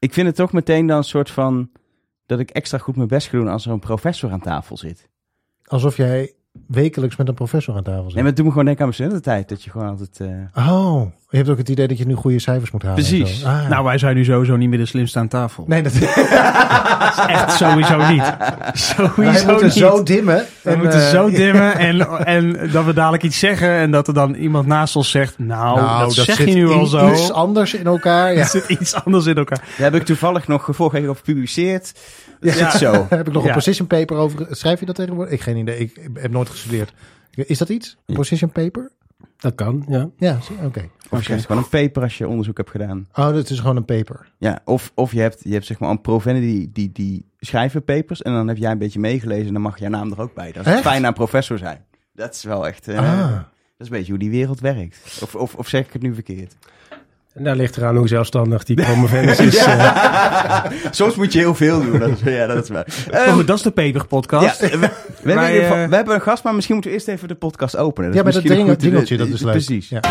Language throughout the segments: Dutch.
ik vind het toch meteen dan een soort van... dat ik extra goed mijn best ga doen als er een professor aan tafel zit. Alsof jij wekelijks met een professor aan tafel zit. Nee, maar doe me gewoon denken aan mijn studententijd. Dat je gewoon altijd... Je hebt ook het idee dat je nu goede cijfers moet halen. Precies. Nou, wij zijn nu sowieso niet meer de slimste aan tafel. Nee, dat Echt sowieso niet. wij moeten niet. zo dimmen. We moeten zo dimmen en dat we dadelijk iets zeggen en dat er dan iemand naast ons zegt... Nou, dat zeg je nu al zo. Iets anders in elkaar. Ja. Er zit iets anders in elkaar. Daar heb ik toevallig nog vorige week over gepubliceerd. Ja. Zit zo. Daar heb ik nog Ja. een position paper over. Schrijf je dat tegenwoordig? Ik geen idee. Ik heb nooit gestudeerd. Is dat iets? Een position paper? Dat kan, ja. Ja, oké. Of je schrijft gewoon een paper als je onderzoek hebt gedaan. Oh, dat is gewoon een paper. Ja, of je hebt zeg maar een proven die schrijven papers. En dan heb jij een beetje meegelezen en dan mag jouw naam er ook bij. Dat is Echt? fijn aan professor zijn. Dat is wel echt... Dat is een beetje hoe die wereld werkt. Of zeg ik het nu verkeerd? En daar ligt eraan hoe zelfstandig die promovendus is. Soms moet je heel veel doen. Dat is waar. Maar goed, dat is de Peper-podcast. Ja, we hebben een gast, maar misschien moeten we eerst even de podcast openen. Ja, maar dat misschien een goed dingeltje, dat is leuk. Precies. Ja.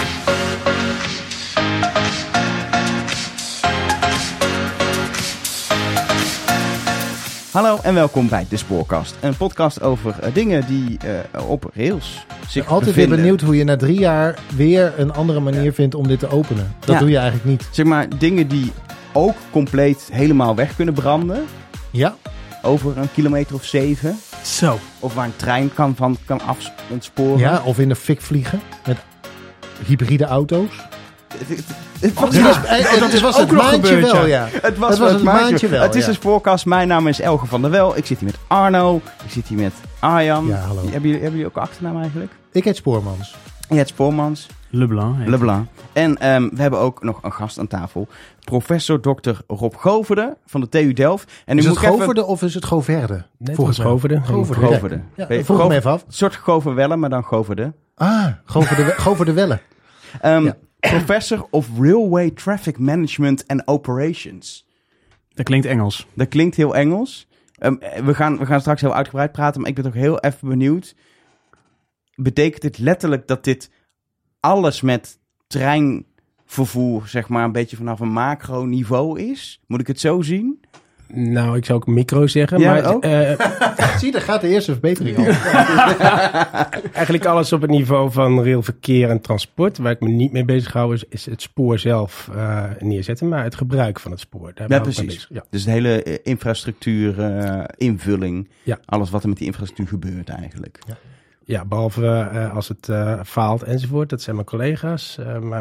Hallo en welkom bij De Spoorkast. Een podcast over dingen die op rails zich Altijd bevinden. weer benieuwd hoe je na 3 jaar weer een andere manier vindt om dit te openen. Dat Ja. doe je eigenlijk niet. Zeg maar, dingen die ook compleet helemaal weg kunnen branden. Ja, Over een kilometer of 7. Zo. Of waar een trein kan afsporen. ja, of in de fik vliegen met hybride auto's. Het was, Dat was ook het nog maandje gebeurd, wel, ja. ja. het was Het was het maandje wel, Het is ja. een Spoorkast. Mijn naam is Elge van der Wel. Ik zit hier met Arno. Ik zit hier met Arjan. Ja, hallo. Hebben jullie ook een achternaam eigenlijk? Ik heet Spoormans. Je hebt Spoormans. Leblanc. heet Leblanc. En we hebben ook nog een gast aan tafel. Professor Dr. Rob Goverde van de TU Delft. En nu Is het moet ik even- Goverde of is het Goverde? Net Volgens als mij. Goverde. Goverde. Ja, Weet je, vroeg hem even af. Een soort Goverde, maar dan Goverde. Goverde Welle. Ja. Professor of Railway Traffic Management and Operations. Dat klinkt Engels. Dat klinkt heel Engels. We gaan straks heel uitgebreid praten, maar ik ben toch heel even benieuwd. Betekent dit letterlijk dat dit alles met treinvervoer, zeg maar, een beetje vanaf een macro-niveau is? Moet ik het zo zien? Nou, ik zou ook micro zeggen. Ja, maar ook? Zie, daar gaat de eerste verbetering al. eigenlijk alles op het niveau van railverkeer en transport. Waar ik me niet mee bezig hou is het spoor zelf neerzetten. Maar het gebruik van het spoor. Daar ben ik mee bezig. Ja. Dus de hele infrastructuur, invulling. Ja. Alles wat er met die infrastructuur gebeurt eigenlijk. Ja, behalve als het faalt enzovoort. Dat zijn mijn collega's.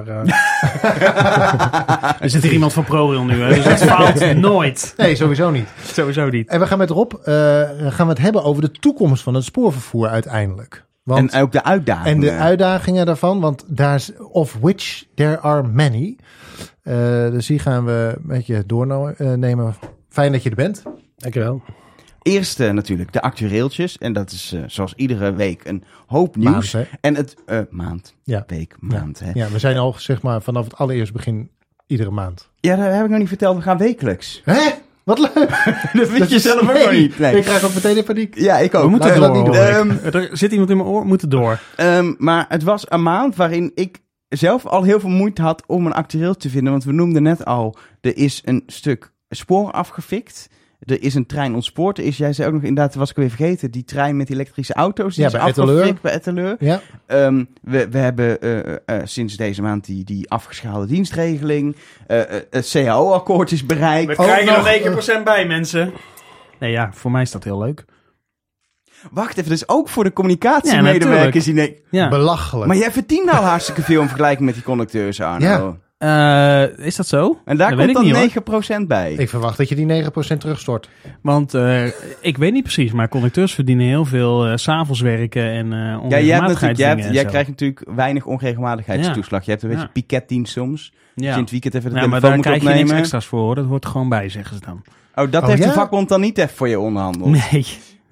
Er zit hier iemand van ProRail nu, hè? Dus dat faalt nooit. Nee, sowieso niet. Sowieso niet. En we gaan met Rob gaan we het hebben over de toekomst van het spoorvervoer uiteindelijk. Want, En ook de uitdagingen. en de uitdagingen daarvan, want daar of which there are many. Dus die gaan we met je doornemen. Fijn dat je er bent. Dankjewel. Eerste natuurlijk, de actueeltjes. En dat is zoals iedere week een hoop nieuws. Maand, hè? En het maand, Ja. week, maand. Hè? Ja, we zijn al zeg maar vanaf het allereerste begin iedere maand. Ja, dat heb ik nog niet verteld. We gaan wekelijks. Hè? Wat leuk. Dat weet je zelf ook nog niet. Nee. Ik krijg ook meteen in paniek. Ja, ik ook. We moeten Laten we door. dat niet hoor. Er zit iemand in mijn oor, we moeten door. Maar het was een maand waarin ik zelf al heel veel moeite had om een actueel te vinden. Want we noemden net al, er is een stuk spoor afgefikt. Er is een trein ontspoord. Jij zei ook nog inderdaad, was ik weer vergeten, die trein met elektrische auto's. Die Ja, is bij Etteleur. afgefikt bij Etteleur. Ja. We hebben sinds deze maand die afgeschaalde dienstregeling. Het CAO-akkoord is bereikt. We krijgen nog, er 9% bij, mensen. Nee, ja, voor mij is dat heel leuk. Wacht even, dus ook voor de communicatiemedewerkers. Ja. Belachelijk. Maar jij verdient al hartstikke veel in vergelijking met die conducteurs, Arno. Ja. Is dat zo? En daar Dat komt weet dan ik niet, 9% bij. Ik verwacht dat je die 9% terugstort. Want ik weet niet precies, maar conducteurs verdienen heel veel 's avonds werken en Ja, onregelmatigheidsdingen jij en zo. krijgt natuurlijk weinig onregelmatigheidstoeslag. Je hebt een beetje piketdienst soms. Als je in het weekend even de Ja, maar telefoon daar moet krijg je niks opnemen. extra's voor, hoor. Dat hoort er gewoon bij, zeggen ze dan. Oh, dat Oh, heeft ja? de vakbond dan niet even voor je onderhandeld? Nee.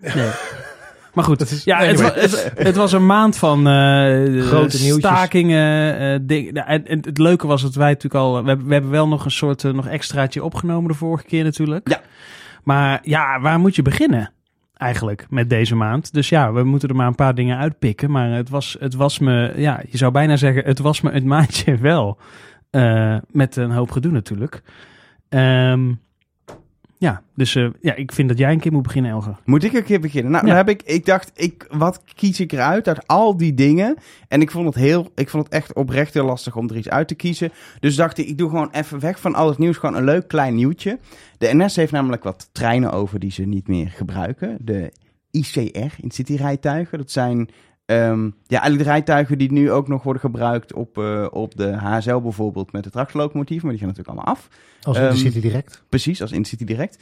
Maar goed, anyway. het was een maand van Grote nieuwtjes. stakingen. En het leuke was dat wij natuurlijk al... We hebben wel nog een soort nog extraatje opgenomen de vorige keer natuurlijk. Ja. Maar ja, waar moet je beginnen eigenlijk met deze maand? Dus ja, we moeten er maar een paar dingen uitpikken. Maar het was me... Ja, je zou bijna zeggen, het was me het maandje wel. Met een hoop gedoe natuurlijk. Dus ik vind dat jij een keer moet beginnen, Elger. Moet ik een keer beginnen? Nou, dan heb ik dacht, wat kies ik eruit uit al die dingen? En ik vond het echt oprecht heel lastig om er iets uit te kiezen. Dus dacht ik doe gewoon even weg van al het nieuws, gewoon een leuk klein nieuwtje. De NS heeft namelijk wat treinen over die ze niet meer gebruiken. De ICR, Intercity rijtuigen. Dat zijn eigenlijk de rijtuigen die nu ook nog worden gebruikt op de HSL bijvoorbeeld met de tractielocomotief, maar die gaan natuurlijk allemaal af. Als Intercity Direct. Precies, als Intercity Direct.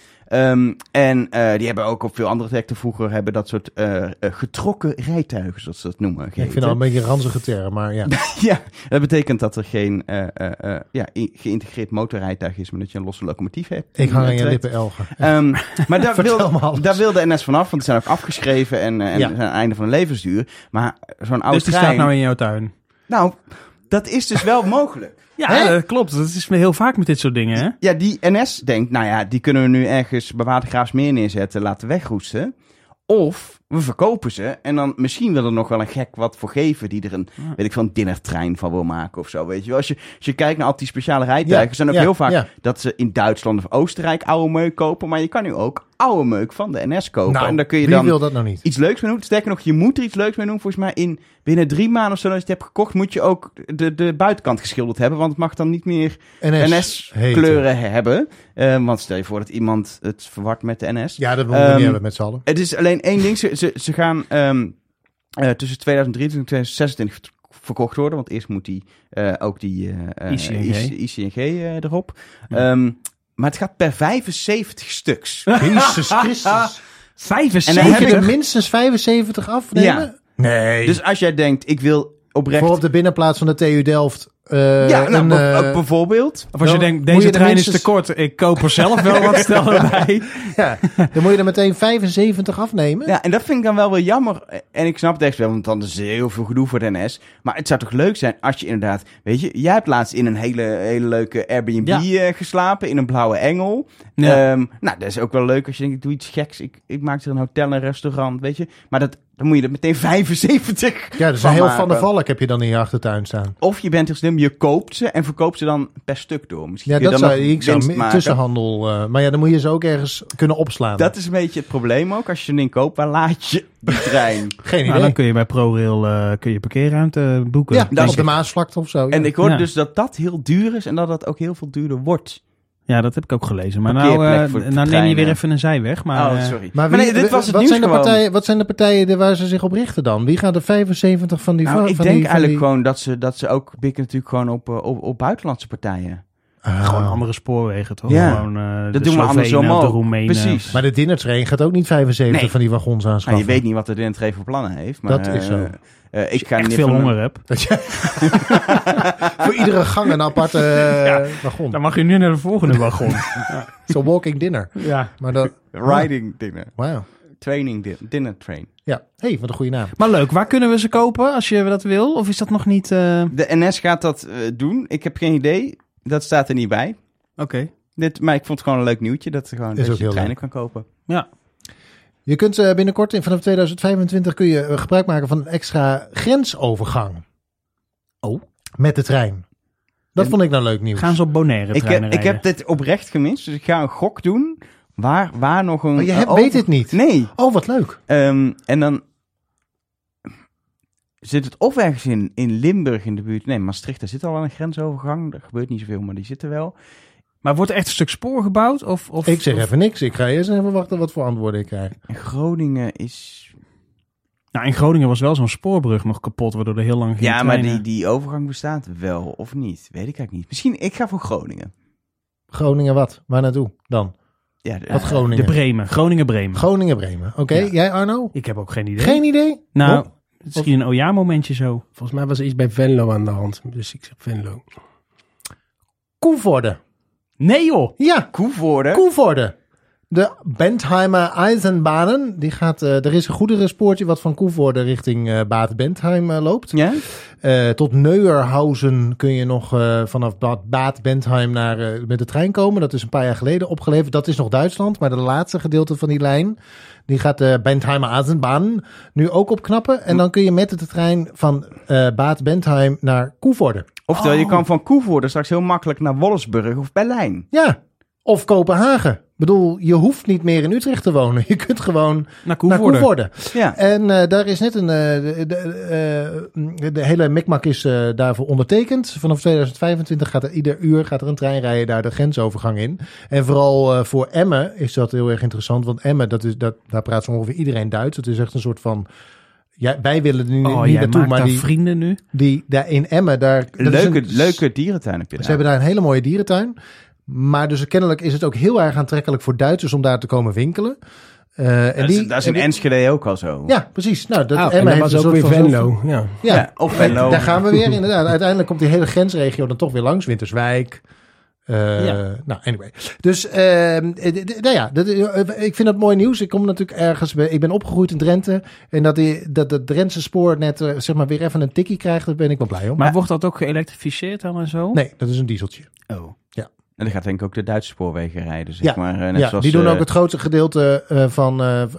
Die hebben ook op veel andere trajecten vroeger hebben dat soort getrokken rijtuigen, zoals ze dat noemen. Ik vind dat een beetje een ranzige term, maar ja. Ja, dat betekent dat er geen geïntegreerd motorrijtuig is, maar dat je een losse locomotief hebt. Ik hang aan je lippen, Elger. Maar daar wil de NS vanaf, want die zijn ook afgeschreven en zijn aan het einde van de levensduur. Maar zo'n oude dus die staat nou in jouw tuin? Nou, dat is dus wel mogelijk. Ja, dat klopt. Dat is heel vaak met dit soort dingen, hè? Ja, die NS denkt, die kunnen we nu ergens bij Watergraafsmeer neerzetten, laten wegroesten. Of we verkopen ze en dan misschien wil er nog wel een gek wat voor geven die er een dinnertrein van wil maken of zo, weet je wel. Als je kijkt naar al die speciale rijtuigen, zijn ook heel vaak dat ze in Duitsland of Oostenrijk oude meuk kopen, maar je kan nu ook oude meuk van de NS kopen. Nou, en dan kun je wie wil dat nou niet? Iets leuks mee doen. Sterker nog, je moet er iets leuks mee doen. Volgens mij binnen 3 maanden of zo, als je het hebt gekocht, moet je ook de buitenkant geschilderd hebben, want het mag dan niet meer NS-kleuren hebben. Want stel je voor dat iemand het verwart met de NS. Ja, dat willen we niet hebben met z'n allen. Het is alleen één ding. Ze gaan tussen 2023 en 2026 verkocht worden. Want eerst moet ook die ICNG erop. Maar het gaat per 75 stuks. Jezus Christus. 75? En dan heb je er minstens 75 afnemen? Ja. Nee. Dus als jij denkt, ik wil oprecht... Voor op de binnenplaats van de TU Delft... bijvoorbeeld. Of als je denkt, deze trein is te kort, ik koop er zelf wel wat snel erbij. Ja, dan moet je er meteen 75 afnemen. Ja, en dat vind ik dan wel weer jammer. En ik snap het echt wel, want dan is er heel veel gedoe voor de NS. Maar het zou toch leuk zijn als je inderdaad... Weet je, jij hebt laatst in een hele leuke Airbnb geslapen, in een blauwe engel. Ja. Dat is ook wel leuk als je denkt, ik doe iets geks. Ik maak er een hotel en restaurant, weet je. Maar dan moet je er meteen 75 Ja, dus een heel Van der Valk heb je dan in je achtertuin staan. Of je bent heel slim, je koopt ze en verkoopt ze dan per stuk door. Misschien dat zou tussenhandel. Maar dan moet je ze ook ergens kunnen opslaan. Dat is een beetje het probleem ook. Als je een ding koopt, waar laat je die trein? Geen idee. Dan kun je bij ProRail parkeerruimte boeken. Ja, daar op de Maasvlakte of zo. Ja. En ik hoorde dus dat heel duur is en dat dat ook heel veel duurder wordt. Ja, dat heb ik ook gelezen. Maar nou neem je weer even een zijweg. Maar, sorry. Maar dit was het nieuws wat zijn de partijen waar ze zich op richten dan? Wie gaat er 75 van die... Ik denk eigenlijk gewoon dat ze ook bikken natuurlijk gewoon op buitenlandse partijen. Gewoon andere spoorwegen, toch? Ja, gewoon, dat doen we andersom ook. De Roemenen. Precies. Maar de dinnertrain gaat ook niet 75 van die wagons aanschaffen. Je weet niet wat de dinnertrain voor plannen heeft. Maar, dat is zo. Ik ga echt veel honger heb. Voor iedere gang een aparte wagon. Dan mag je nu naar de volgende wagon. Zo'n walking dinner. Ja. Maar riding dinner. Wauw. Training dinner train. Ja, wat een goede naam. Maar leuk, waar kunnen we ze kopen als je dat wil? Of is dat nog niet... De NS gaat dat doen. Ik heb geen idee. Dat staat er niet bij. Oké. Maar ik vond het gewoon een leuk nieuwtje dat je treinen leuk. kan kopen. Ja. Je kunt binnenkort, vanaf 2025, kun je gebruik maken van een extra grensovergang. Oh. Met de trein. Dat vond ik nou leuk nieuws. Gaan ze op Bonaire treinen rijden? Ik heb dit oprecht gemist, dus ik ga een gok doen. Waar nog een... Maar je weet het niet? Nee. Oh, wat leuk. En dan zit het of ergens in Limburg in de buurt. Nee, Maastricht, daar zit al een grensovergang. Er gebeurt niet zoveel, maar die zitten wel. Maar wordt er echt een stuk spoor gebouwd? Of ik zeg even niks. Ik ga eerst even wachten wat voor antwoorden ik krijg. In Groningen is... Nou, in Groningen was wel zo'n spoorbrug nog kapot, waardoor er heel lang geen treinen... maar die overgang bestaat wel of niet? Weet ik eigenlijk niet. Misschien, ik ga voor Groningen. Groningen wat? Waar naartoe dan? Ja, wat Groningen? De Bremen. Groningen-Bremen. Groningen-Bremen. Oké, jij Arno? Ik heb ook geen idee. Geen idee? Nou, misschien een OJA-momentje zo. Volgens mij was er iets bij Venlo aan de hand. Dus ik zeg Venlo. Koevoorde. Nee joh! Ja. Koevoorde. De Bentheimer Eisenbahnen. Die gaat, er is een goederenspoortje wat van Koevoorde richting Bad Bentheim loopt. Ja? Tot Neuerhausen kun je nog vanaf Bad Bentheim met de trein komen. Dat is een paar jaar geleden opgeleverd. Dat is nog Duitsland. Maar de laatste gedeelte van die lijn, die gaat de Bentheimer Eisenbahn nu ook opknappen. En dan kun je met de trein van Bad Bentheim naar Koevoorde. Oftewel, je kan van Koevoorde straks heel makkelijk naar Wolfsburg of Berlijn. Ja. Of Kopenhagen. Ik bedoel, je hoeft niet meer in Utrecht te wonen. Je kunt gewoon naar Koevoorde. Ja. En daar is net de hele mikmak is daarvoor ondertekend. Vanaf 2025 gaat er ieder uur een trein rijden daar de grensovergang in. En vooral voor Emmen is dat heel erg interessant. Want Emmen, daar praat zo ongeveer iedereen Duits. Het is echt een soort van... Ja, wij willen er niet naartoe, maar die vrienden nu. Die daar in Emmen, Leuke dierentuin heb je daar. Ze hebben daar een hele mooie dierentuin. Maar dus kennelijk is het ook heel erg aantrekkelijk voor Duitsers om daar te komen winkelen. Dat is in Enschede ook al zo. Ja, precies. Nou, Emmen was ook weer Venlo. Ja, of Venlo. Daar gaan we weer inderdaad. Uiteindelijk komt die hele grensregio dan toch weer langs. Winterswijk. Nou, anyway. Dus, ik vind dat mooi nieuws. Ik kom natuurlijk ergens... Ik ben opgegroeid in Drenthe. En dat het Drentse spoor net, zeg maar, weer even een tikkie krijgt. Daar ben ik wel blij om. Maar wordt dat ook geëlektrificeerd dan en zo? Nee, dat is een dieseltje. Oh. Ja. En dan gaat denk ik ook de Duitse spoorwegen rijden, zeg maar. Net zoals, die doen ook het grootste gedeelte van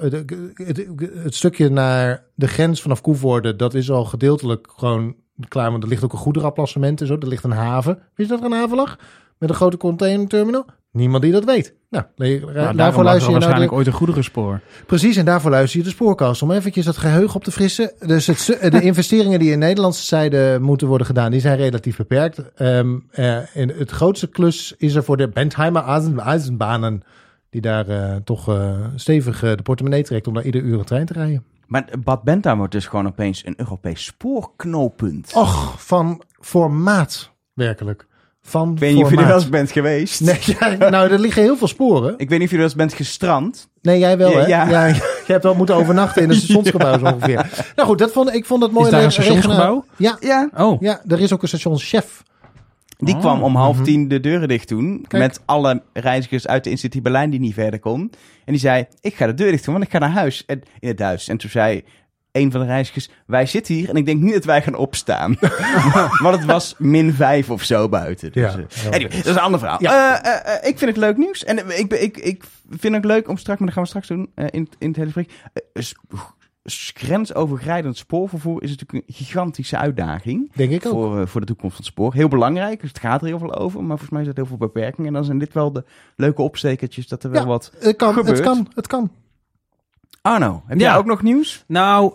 het stukje naar de grens vanaf Koevoorde. Dat is al gedeeltelijk gewoon klaar. Want er ligt ook een goederenapplassement en zo. Er ligt een haven. Wist je dat er een haven lag? Met een grote containerterminal? Niemand die dat weet. Nou, daarvoor luister je waarschijnlijk ooit een goederenspoor. Precies, en daarvoor luister je de spoorkast. Om eventjes dat geheugen op te frissen. Dus de investeringen die in Nederlandse zijde moeten worden gedaan, die zijn relatief beperkt. En het grootste klus is er voor de Bentheimer Eisenbahnen, die daar toch stevig de portemonnee trekt om daar ieder uur een trein te rijden. Maar Bad Bentheim wordt dus gewoon opeens een Europees spoorknooppunt. Och, van formaat, werkelijk. Ik weet niet of je er wel eens bent geweest. Nee, nou, er liggen heel veel sporen. Ik weet niet of je er wel eens bent gestrand. Nee, jij wel, hè? Ja. Je hebt wel moeten overnachten in een stationsgebouw zo ongeveer. Nou goed, ik vond het mooi. Is daar een stationsgebouw? Ja. Oh. Ja, er is ook een stationschef. Die kwam om 9:30 de deuren dicht doen. Kijk. Met alle reizigers uit de Institutie Berlijn die niet verder kon. En die zei, ik ga de deur dicht doen, want ik ga naar huis. In het Duits. En toen zei een van de reizigers, wij zitten hier en ik denk niet dat wij gaan opstaan. Want het was -5 of zo buiten. Dus, anyway, dat is een ander verhaal. Ja. Ik vind het leuk nieuws. En ik vind het leuk om straks, maar dat gaan we straks doen in het hele gesprek. Grensoverschrijdend spoorvervoer is natuurlijk een gigantische uitdaging. Denk ik ook. Voor de toekomst van het spoor. Heel belangrijk, dus het gaat er heel veel over. Maar volgens mij zijn er heel veel beperkingen. En dan zijn dit wel de leuke opstekertjes dat er wel wat gebeurt. Het kan. Arno, heb jij ook nog nieuws?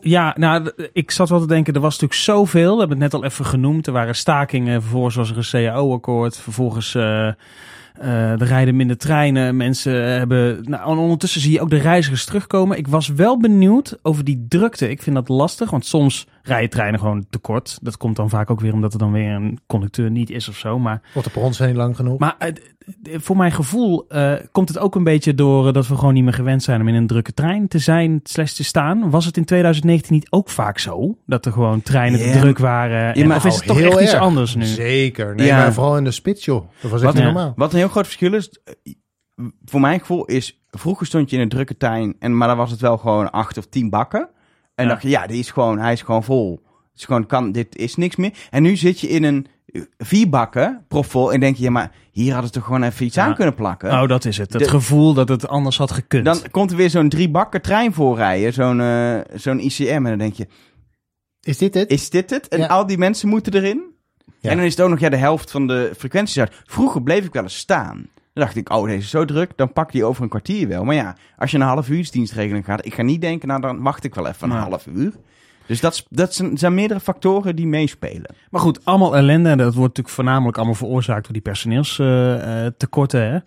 Ik zat wel te denken, er was natuurlijk zoveel. We hebben het net al even genoemd. Er waren stakingen, vervolgens was er een CAO-akkoord. Vervolgens er rijden minder treinen. Mensen hebben... Nou, en ondertussen zie je ook de reizigers terugkomen. Ik was wel benieuwd over die drukte. Ik vind dat lastig, want soms rijden treinen gewoon tekort. Dat komt dan vaak ook weer omdat er dan weer een conducteur niet is of zo. Maar, of de perrons zijn niet lang genoeg. Maar voor mijn gevoel komt het ook een beetje door dat we gewoon niet meer gewend zijn om in een drukke trein te zijn / te staan. Was het in 2019 niet ook vaak zo? Dat er gewoon treinen te druk waren? Of is het toch echt iets anders nu? Zeker. Nee, maar vooral in de spits, joh. Dat was echt niet normaal. Wat een heel groot verschil is, voor mijn gevoel is, vroeger stond je in een drukke trein, maar dan was het wel gewoon 8 of 10 bakken. En dacht je, hij is gewoon vol. Dus dit is niks meer. En nu zit je in een 4 bakken, propvol, en denk je, maar hier hadden ze toch gewoon even iets aan kunnen plakken. Oh, dat is het. Het gevoel dat het anders had gekund. Dan komt er weer zo'n 3 bakken trein voorrijden, zo'n ICM, en dan denk je, is dit het? Is dit het? En al die mensen moeten erin? Ja. En dan is het ook nog de helft van de frequenties uit. Vroeger bleef ik wel eens staan. Dan dacht ik, deze is zo druk, dan pak die over een kwartier wel. Maar ja, als je een half uursdienstregeling gaat, ik ga niet denken, dan wacht ik wel even een half uur. Dus dat zijn meerdere factoren die meespelen. Maar goed, allemaal ellende. En dat wordt natuurlijk voornamelijk allemaal veroorzaakt door die personeelstekorten.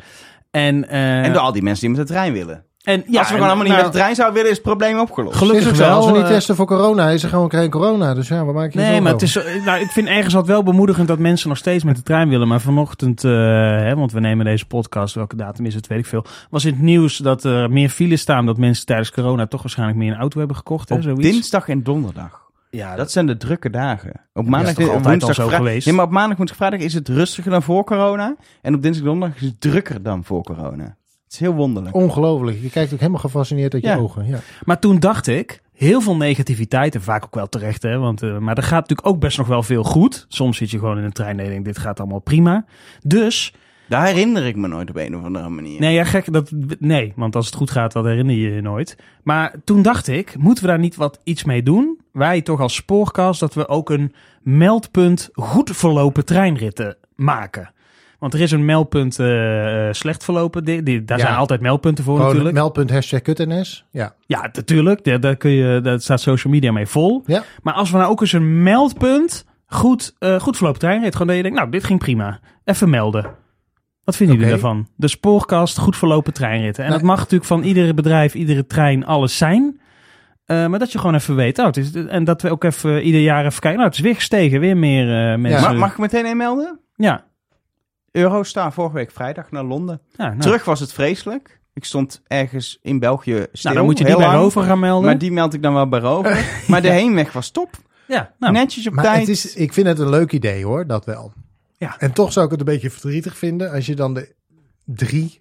En door al die mensen die met de trein willen. En als we gewoon allemaal niet met de trein zouden willen, is het probleem opgelost. Gelukkig is wel. Als we niet testen voor corona, is er gewoon geen corona. Dus ja, wat maak je Nee, maar het is, ik vind ergens altijd wel bemoedigend dat mensen nog steeds met de trein willen. Maar vanochtend, want we nemen deze podcast, welke datum is het, weet ik veel. Was in het nieuws dat er meer files staan, dat mensen tijdens corona toch waarschijnlijk meer een auto hebben gekocht. Op dinsdag en donderdag. Ja, dat zijn de drukke dagen. Op maandag is altijd al zo geweest. Nee, maar op maandag, woensdag, vrijdag is het rustiger dan voor corona. En op dinsdag en donderdag is het drukker dan voor corona. Het is heel wonderlijk. Ongelooflijk. Je kijkt ook helemaal gefascineerd uit je ogen. Ja. Maar toen dacht ik, heel veel negativiteit, en vaak ook wel terecht, hè, maar er gaat natuurlijk ook best nog wel veel goed. Soms zit je gewoon in een trein en je denkt, dit gaat allemaal prima. Dus... Daar herinner ik me nooit op een of andere manier. Nee, ja, gek. Nee, want als het goed gaat, dat herinner je je nooit. Maar toen dacht ik, moeten we daar niet iets mee doen? Wij toch als Spoorcast, dat we ook een meldpunt goed verlopen treinritten maken. Want er is een meldpunt slecht verlopen. Daar zijn altijd meldpunten voor natuurlijk. Meldpunt #kutNS. Ja, natuurlijk. Daar staat social media mee vol. Ja. Maar als we nou ook eens een meldpunt goed verlopen treinrit. Gewoon dat je denkt, nou, dit ging prima. Even melden. Wat vinden jullie daarvan? De spoorkast, goed verlopen treinritten. En dat mag natuurlijk van iedere bedrijf, iedere trein, alles zijn. Maar dat je gewoon even weet. En dat we ook even ieder jaar even kijken. Nou, het is weer gestegen. Weer meer mensen. Mag ik meteen inmelden? Ja. Eurostar vorige week vrijdag naar Londen. Ja, nou. Terug was het vreselijk. Ik stond ergens in België stil. Nou, dan moet je die bij Rover gaan melden. Maar die meld ik dan wel bij Rover. Maar de heenweg was top. Ja, nou. Netjes op maar tijd. Ik vind het een leuk idee hoor, dat wel. Ja. En toch zou ik het een beetje verdrietig vinden als je dan de 3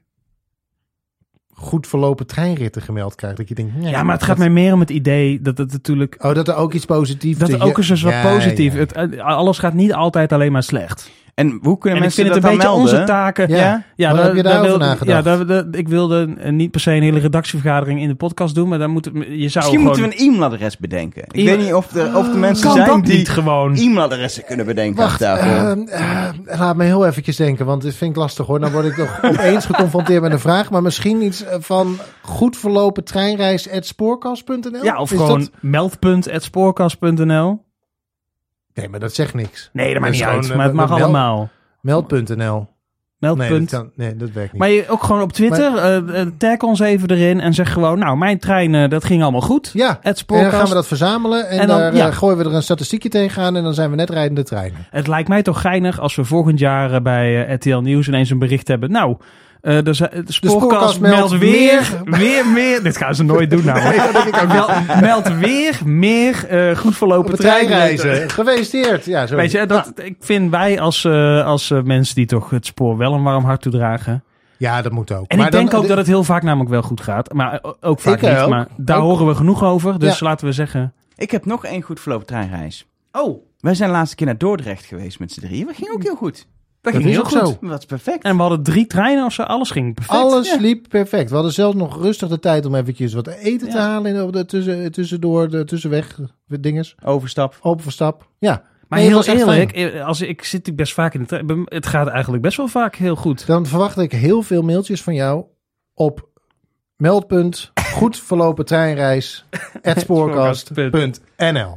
goed verlopen treinritten gemeld krijgt. Dat je denkt, ja, maar het gaat mij meer om het idee dat het natuurlijk... dat er ook iets positiefs... Dat er ook eens wat positief... Ja. Alles gaat niet altijd alleen maar slecht. En hoe kunnen mensen dat dan melden? Ik vind het een beetje onze taken. Ja, heb je daarover nagedacht? Ik wilde niet per se een hele redactievergadering in de podcast doen, maar dan moet Misschien moeten we een e-mailadres bedenken. Ik weet niet of de mensen zijn die gewoon e-mailadressen kunnen bedenken. Wacht, laat me heel eventjes denken, want dit vind ik lastig hoor. Dan word ik nog opeens geconfronteerd met een vraag, maar misschien iets van goed verlopen treinreis@spoorkast.nl? Ja, of gewoon meldpunt@spoorkast.nl. Nee, maar dat zegt niks. Nee, dat maakt niet uit, maar het mag allemaal. Meld.nl. Meldpunt. Nee, dat werkt niet. Maar je ook gewoon op Twitter, tag ons even erin en zeg gewoon, nou, mijn trein, dat ging allemaal goed. Ja, en dan gaan we dat verzamelen en dan gooien we er een statistiekje tegenaan en dan zijn we net rijdende treinen. Het lijkt mij toch geinig als we volgend jaar bij RTL Nieuws ineens een bericht hebben. Nou, de spoorkast meldt weer. Dit gaan ze nooit doen nou. Meldt weer meer goed verlopen treinreizen. Gefeliciteerd. Ja, zo. Weet je, ik vind wij als mensen die toch het spoor wel een warm hart toedragen. Ja, dat moet ook. En maar ik denk ook dat het heel vaak namelijk wel goed gaat. Maar ook vaak niet. Maar daar horen we genoeg over. Dus laten we zeggen. Ik heb nog 1 goed verlopen treinreis. Oh. Wij zijn de laatste keer naar Dordrecht geweest met z'n 3. Dat ging ook heel goed. Dat ging heel goed. Zo. Dat is perfect. En we hadden 3 treinen of zo. Alles ging perfect. Alles liep perfect. We hadden zelfs nog rustig de tijd om eventjes wat eten te halen op de tussenweg dinges. Overstap. Ja. Maar heel eerlijk, ik zit natuurlijk best vaak in de trein. Het gaat eigenlijk best wel vaak heel goed. Dan verwacht ik heel veel mailtjes van jou op meldpunt goed verlopen treinreis @spoorkast.nl.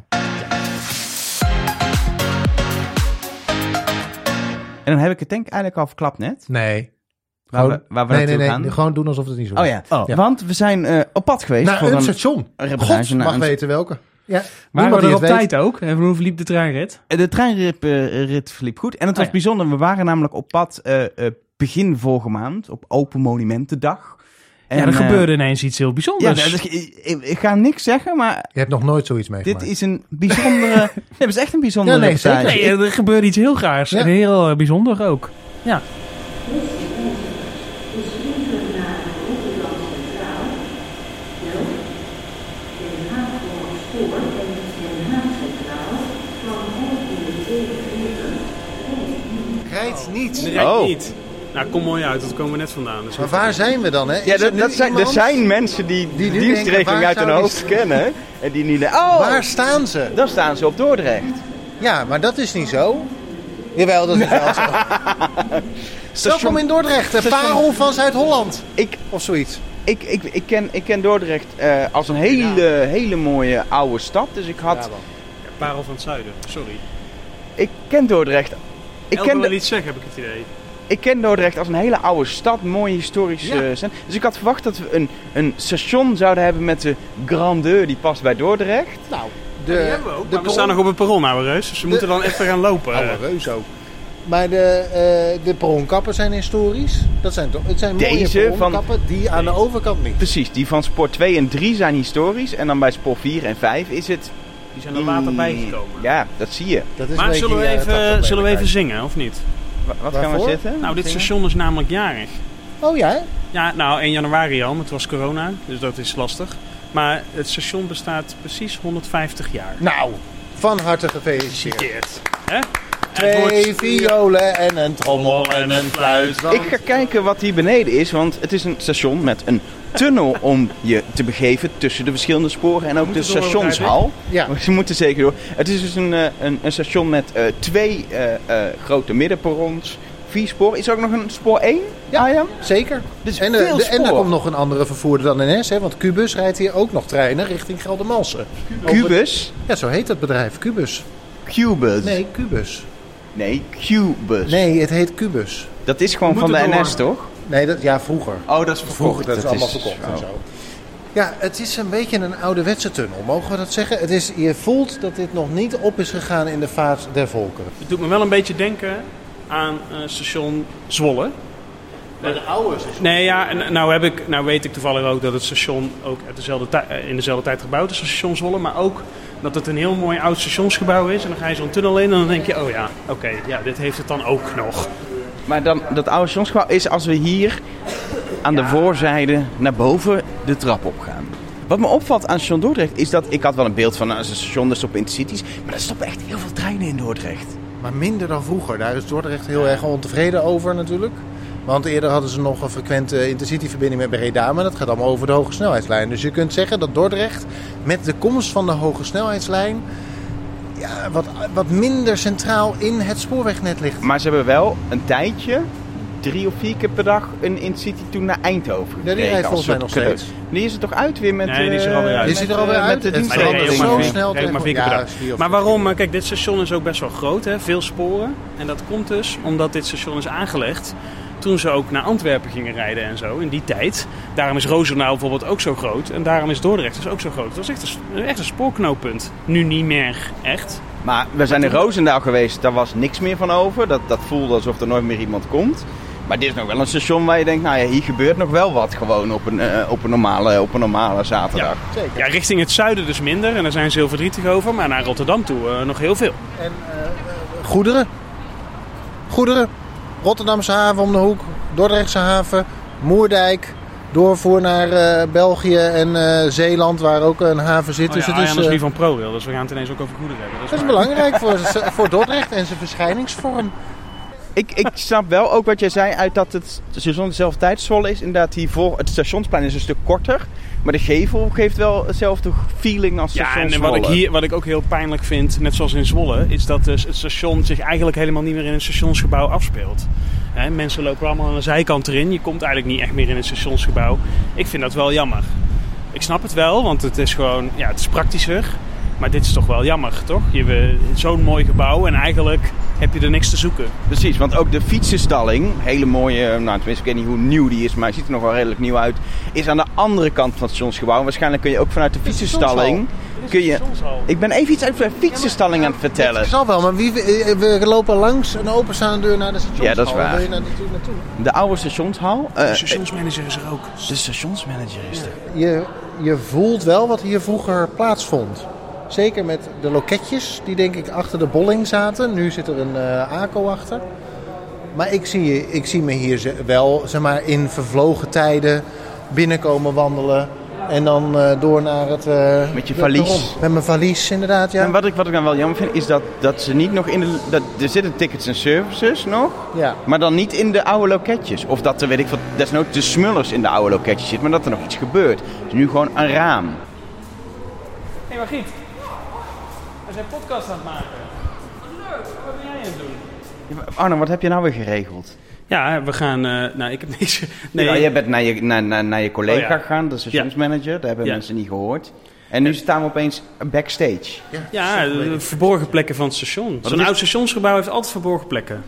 En dan heb ik het denk ik eigenlijk al verklapt net. Nee. Waar we naartoe gaan. Nee, gewoon doen alsof het niet zo is. Oh ja. Want we zijn op pad geweest. Naar voor een station. God, mag weten welke. Ja. Maar we er op tijd ook. En hoe verliep de treinrit? De treinrit verliep goed. En het was bijzonder. We waren namelijk op pad begin vorige maand. Op Open Monumentendag. En, er gebeurde ineens iets heel bijzonders. Ja, ik ga niks zeggen, maar... Je hebt nog nooit zoiets meegemaakt. Dit is een bijzondere... nee, het is echt een bijzondere reportage. Nee, er gebeurde iets heel gaars. Ja. En heel bijzonder ook. Ja. Rijdt niet. Rijdt niet. Nou, kom mooi uit, dat komen we net vandaan. Dus maar waar zijn we dan, hè? Ja, er zijn mensen die dienstregeling uit hun hoofd kennen. En die niet... waar staan ze? Dan staan ze op Dordrecht. Ja, maar dat is niet zo. Jawel, dat is wel zo. Welkom in Dordrecht, de parel van Zuid-Holland. Of zoiets. Ik ken Dordrecht als een hele mooie oude stad. Dus ik had... Ja, parel van het zuiden, sorry. Ik ken Dordrecht. Ik kan wel iets zeggen, heb ik het idee. Ik ken Dordrecht als een hele oude stad, mooie historische centrum. Dus ik had verwacht dat we een station zouden hebben met de grandeur die past bij Dordrecht. Nou, die hebben we ook. Maar we staan nog op het perron, ouwe reus. Dus we moeten dan even gaan lopen. Ouwe reus ook. Maar de perronkappen zijn historisch. Het zijn mooie perronkappen die aan de overkant niet. Precies, die van spoor 2 en 3 zijn historisch. En dan bij spoor 4 en 5 is het... Die zijn er later bijgekomen. Ja, dat zie je. Dat is maar zullen we even zingen, of niet? Wat gaan we zitten? Nou, dit station is namelijk jarig. Oh ja? Ja, nou 1 januari al, maar het was corona, dus dat is lastig. Maar het station bestaat precies 150 jaar. Nou, van harte gefeliciteerd. Hè? 2 violen en een trommel en een fluit. Ik ga kijken wat hier beneden is, want het is een station met een tunnel om je te begeven tussen de verschillende sporen en ook de stationshal. Ja. Ze moeten zeker door. Het is dus een station met 2 grote middenperrons, 4 sporen. Is er ook nog een spoor 1? Ja, zeker. Dus En er komt nog een andere vervoerder dan NS. Hè, want Qbus rijdt hier ook nog treinen richting Geldermalsen. Qbus? Ja, zo heet het bedrijf. Qbus. Qbus? Nee, Qbus. Nee, Qbus. Nee, het heet Qbus. Dat is gewoon van de NS, toch? Nee, vroeger. Oh, dat is verkocht. Dat is allemaal verkocht en zo. Ja, het is een beetje een ouderwetse tunnel, mogen we dat zeggen? Je voelt dat dit nog niet op is gegaan in de vaart der volkeren. Het doet me wel een beetje denken aan station Zwolle. Maar de oude is Nee, ja, en nou weet ik toevallig ook dat het station ook in dezelfde tijd gebouwd is als station Zwolle. Maar ook dat het een heel mooi oud stationsgebouw is. En dan ga je zo'n tunnel in en dan denk je, oh ja, oké, dit heeft het dan ook nog. Maar dan, dat oude stationsgebouw is als we hier aan de voorzijde naar boven de trap op gaan. Wat me opvalt aan station Dordrecht is dat... Ik had wel een beeld van een station, dat stopt Intercities. Maar er stoppen echt heel veel treinen in Dordrecht. Maar minder dan vroeger. Daar is Dordrecht heel erg ontevreden over natuurlijk. Want eerder hadden ze nog een frequente intercityverbinding met Breda. Maar dat gaat allemaal over de hoge snelheidslijn. Dus je kunt zeggen dat Dordrecht met de komst van de hoge snelheidslijn... Ja, wat minder centraal in het spoorwegnet ligt. Maar ze hebben wel een tijdje, 3 of 4 keer per dag, een intercity toen naar Eindhoven gekregen. Ja, die rijdt volgens mij nog steeds. Die is er toch uit weer met... Nee, die is er alweer uit. Is hij er alweer uit? Met de Maar die reed zo maar snel maar 4 keer per dag. Maar waarom? Kijk, dit station is ook best wel groot, hè? Veel sporen. En dat komt dus omdat dit station is aangelegd toen ze ook naar Antwerpen gingen rijden en zo, in die tijd. Daarom is Roosendaal bijvoorbeeld ook zo groot. En daarom is Dordrecht dus ook zo groot. Dat was echt een spoorknooppunt. Nu niet meer echt. Maar we zijn in Roosendaal geweest, daar was niks meer van over. Dat voelde alsof er nooit meer iemand komt. Maar dit is nog wel een station waar je denkt, nou ja, hier gebeurt nog wel wat gewoon op een normale zaterdag. Ja, zeker. Ja, richting het zuiden dus minder. En daar zijn ze heel verdrietig over. Maar naar Rotterdam toe nog heel veel. En goederen. Rotterdamse haven om de hoek. Dordrechtse haven. Moerdijk. Doorvoer naar België en Zeeland, waar ook een haven zit. Dus het is niet van ProRail, dus we gaan het ineens ook over goederen hebben. Dat is belangrijk voor Dordrecht en zijn verschijningsvorm. Ik snap wel ook wat jij zei uit dat het station dezelfde tijd Zwolle is. Inderdaad, hiervoor, het stationsplein is een stuk korter. Maar de gevel geeft wel hetzelfde feeling als station Zwolle. En wat ik ook heel pijnlijk vind, net zoals in Zwolle, is dat dus het station zich eigenlijk helemaal niet meer in een stationsgebouw afspeelt. He, mensen lopen allemaal aan de zijkant erin. Je komt eigenlijk niet echt meer in het stationsgebouw. Ik vind dat wel jammer. Ik snap het wel, want het is gewoon, ja, het is praktischer. Maar dit is toch wel jammer, toch? Je hebt zo'n mooi gebouw en eigenlijk heb je er niks te zoeken. Precies, want ook de fietsenstalling, hele mooie, nou tenminste ik weet niet hoe nieuw die is, maar het ziet er nog wel redelijk nieuw uit, is aan de andere kant van het stationsgebouw. Waarschijnlijk kun je ook vanuit de fietsenstalling... Ik ben even iets uit de fietsenstalling aan het vertellen. Het zal wel, maar we lopen langs een openstaande deur naar de stationshal. Ja, dat is waar. Waar wil je naartoe? De oude stationshal. De stationsmanager is er ook. De stationsmanager is er. Je voelt wel wat hier vroeger plaatsvond. Zeker met de loketjes die denk ik achter de bolling zaten. Nu zit er een ACO achter. Maar ik zie me hier wel, zeg maar, in vervlogen tijden binnenkomen wandelen. En dan door naar het... met je valies. Met mijn valies, inderdaad, ja. En wat ik dan wel jammer vind, is dat ze niet nog in de... Er zitten tickets en services nog, ja. Maar dan niet in de oude loketjes. Of dat er, weet ik wat, desnoods de smullers in de oude loketjes zitten, maar dat er nog iets gebeurt. Dus nu gewoon een raam. Hé, Margriet. We zijn podcast aan het maken. Leuk, wat ben jij aan het doen? Ja, Arno, wat heb je nou weer geregeld? Ja, we gaan... ik heb niks... Nee. Ja, jij bent naar je collega gegaan, de stationsmanager. Dat hebben mensen niet gehoord. En nu staan we opeens backstage. Ja, de verborgen plekken van het station. Zo'n oud stationsgebouw heeft altijd verborgen plekken.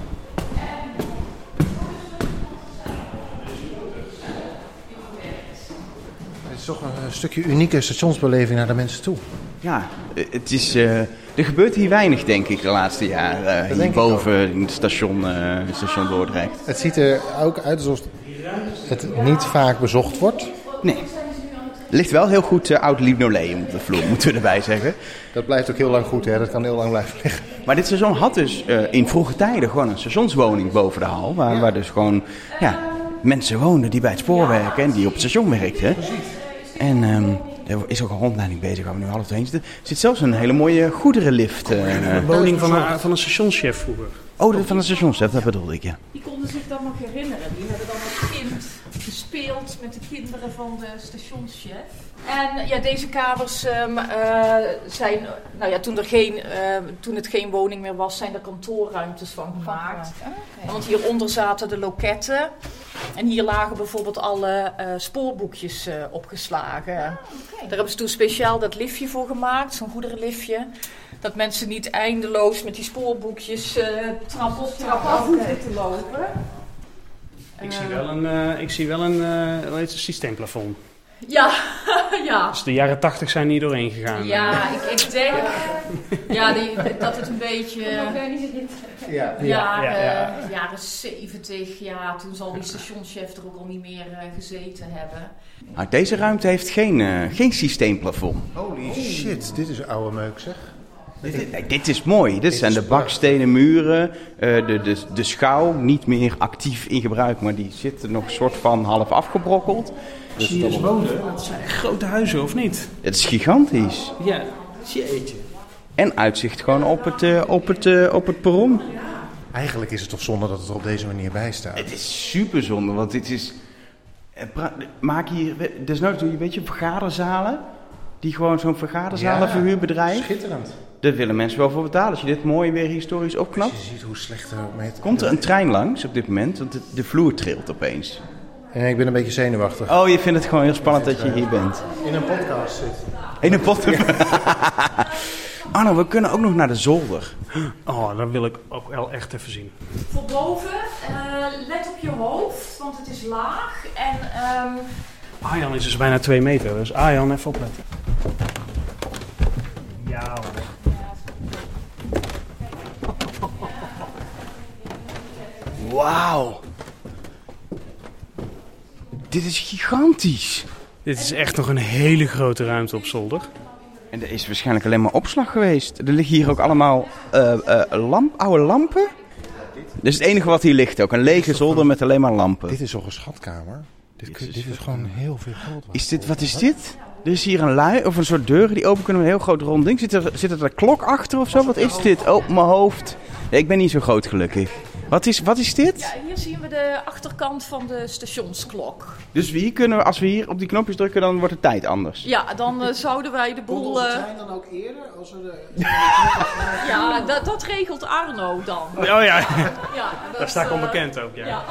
Het is toch een stukje unieke stationsbeleving naar de mensen toe. Ja, het is... Er gebeurt hier weinig, denk ik, de laatste jaren. Hierboven in het station Dordrecht. Het ziet er ook uit alsof het niet vaak bezocht wordt. Nee. Er ligt wel heel goed oud linoleum op de vloer, moeten we erbij zeggen. Dat blijft ook heel lang goed, hè? Dat kan heel lang blijven liggen. Maar dit station had dus in vroege tijden gewoon een stationswoning boven de hal. Waar dus gewoon mensen woonden die bij het spoor werken en die op het station werkten. Precies. En er is ook een rondleiding bezig, waar we nu half heen zitten. Er zit zelfs een hele mooie goederenlift. De woning van een stationschef vroeger. Oh, van een stationschef, dat bedoelde ik, ja. Die konden zich dan nog herinneren. Die hebben dan als kind de gespeeld met de kinderen van de stationschef. En ja, deze kamers zijn, toen het geen woning meer was, zijn er kantoorruimtes van gemaakt. Okay. Want hieronder zaten de loketten. En hier lagen bijvoorbeeld alle spoorboekjes opgeslagen. Daar hebben ze toen speciaal dat liftje voor gemaakt, zo'n goederenliftje. Dat mensen niet eindeloos met die spoorboekjes trap op, trap af hoeven te lopen. Ik zie wel een systeemplafond. Ja, ja. Dus de jaren 80 zijn hier doorheen gegaan. Ja, ik denk dat het een beetje... Jaren 70, ja, toen zal die stationschef er ook al niet meer gezeten hebben. Nou, deze ruimte heeft geen systeemplafond. Holy shit, dit is oude meuk zeg. Dit is mooi. Dit zijn de bakstenen muren. De schouw, niet meer actief in gebruik, maar die zit er nog een soort van half afgebrokkeld. Dus zie je eens wonen? Dat zijn grote huizen, of niet? Het is gigantisch. Ja, jeetje. En uitzicht gewoon op het perron. Eigenlijk is het toch zonde dat het er op deze manier bij staat. Het is super zonde, want dit is... Maak hier... Desnoods doe je een beetje vergaderzalen. Die gewoon zo'n vergaderzalenverhuurbedrijf. Schitterend. Daar willen mensen wel voor betalen. Als je dit mooi weer historisch opknapt. Als je ziet hoe slecht er mee te... Komt er een trein langs op dit moment? Want de vloer trilt opeens. Ik ben een beetje zenuwachtig. Oh, je vindt het gewoon heel spannend dat je hier bent. In een podcast zit. In een podcast? Arno, we kunnen ook nog naar de zolder. Oh, dat wil ik ook wel echt even zien. Voor boven, let op je hoofd, want het is laag. En... Arjan is dus bijna 2 meter, dus Arjan, even opletten. Ja. Wauw. Dit is gigantisch. Dit is echt nog een hele grote ruimte op zolder. En er is waarschijnlijk alleen maar opslag geweest. Er liggen hier ook allemaal oude lampen. Dit is het enige wat hier ligt ook. Een lege zolder met alleen maar lampen. Dit is toch een schatkamer? Dit is gewoon heel veel geld. Wat is dit? Er is hier een lui of een soort deuren die open kunnen met een heel groot rond ding. Zit er een klok achter of zo? Wat is dit? Oh, mijn hoofd. Nee, ik ben niet zo groot gelukkig. Wat is dit? Ja, hier zien we de achterkant van de stationsklok. Dus hier kunnen we, als we hier op die knopjes drukken, dan wordt de tijd anders. Ja, dan zouden wij de boel... Komt de trein dan ook eerder? Als we Ja, dat regelt Arno dan. Oh ja, ja daar sta ik onbekend ook, ja.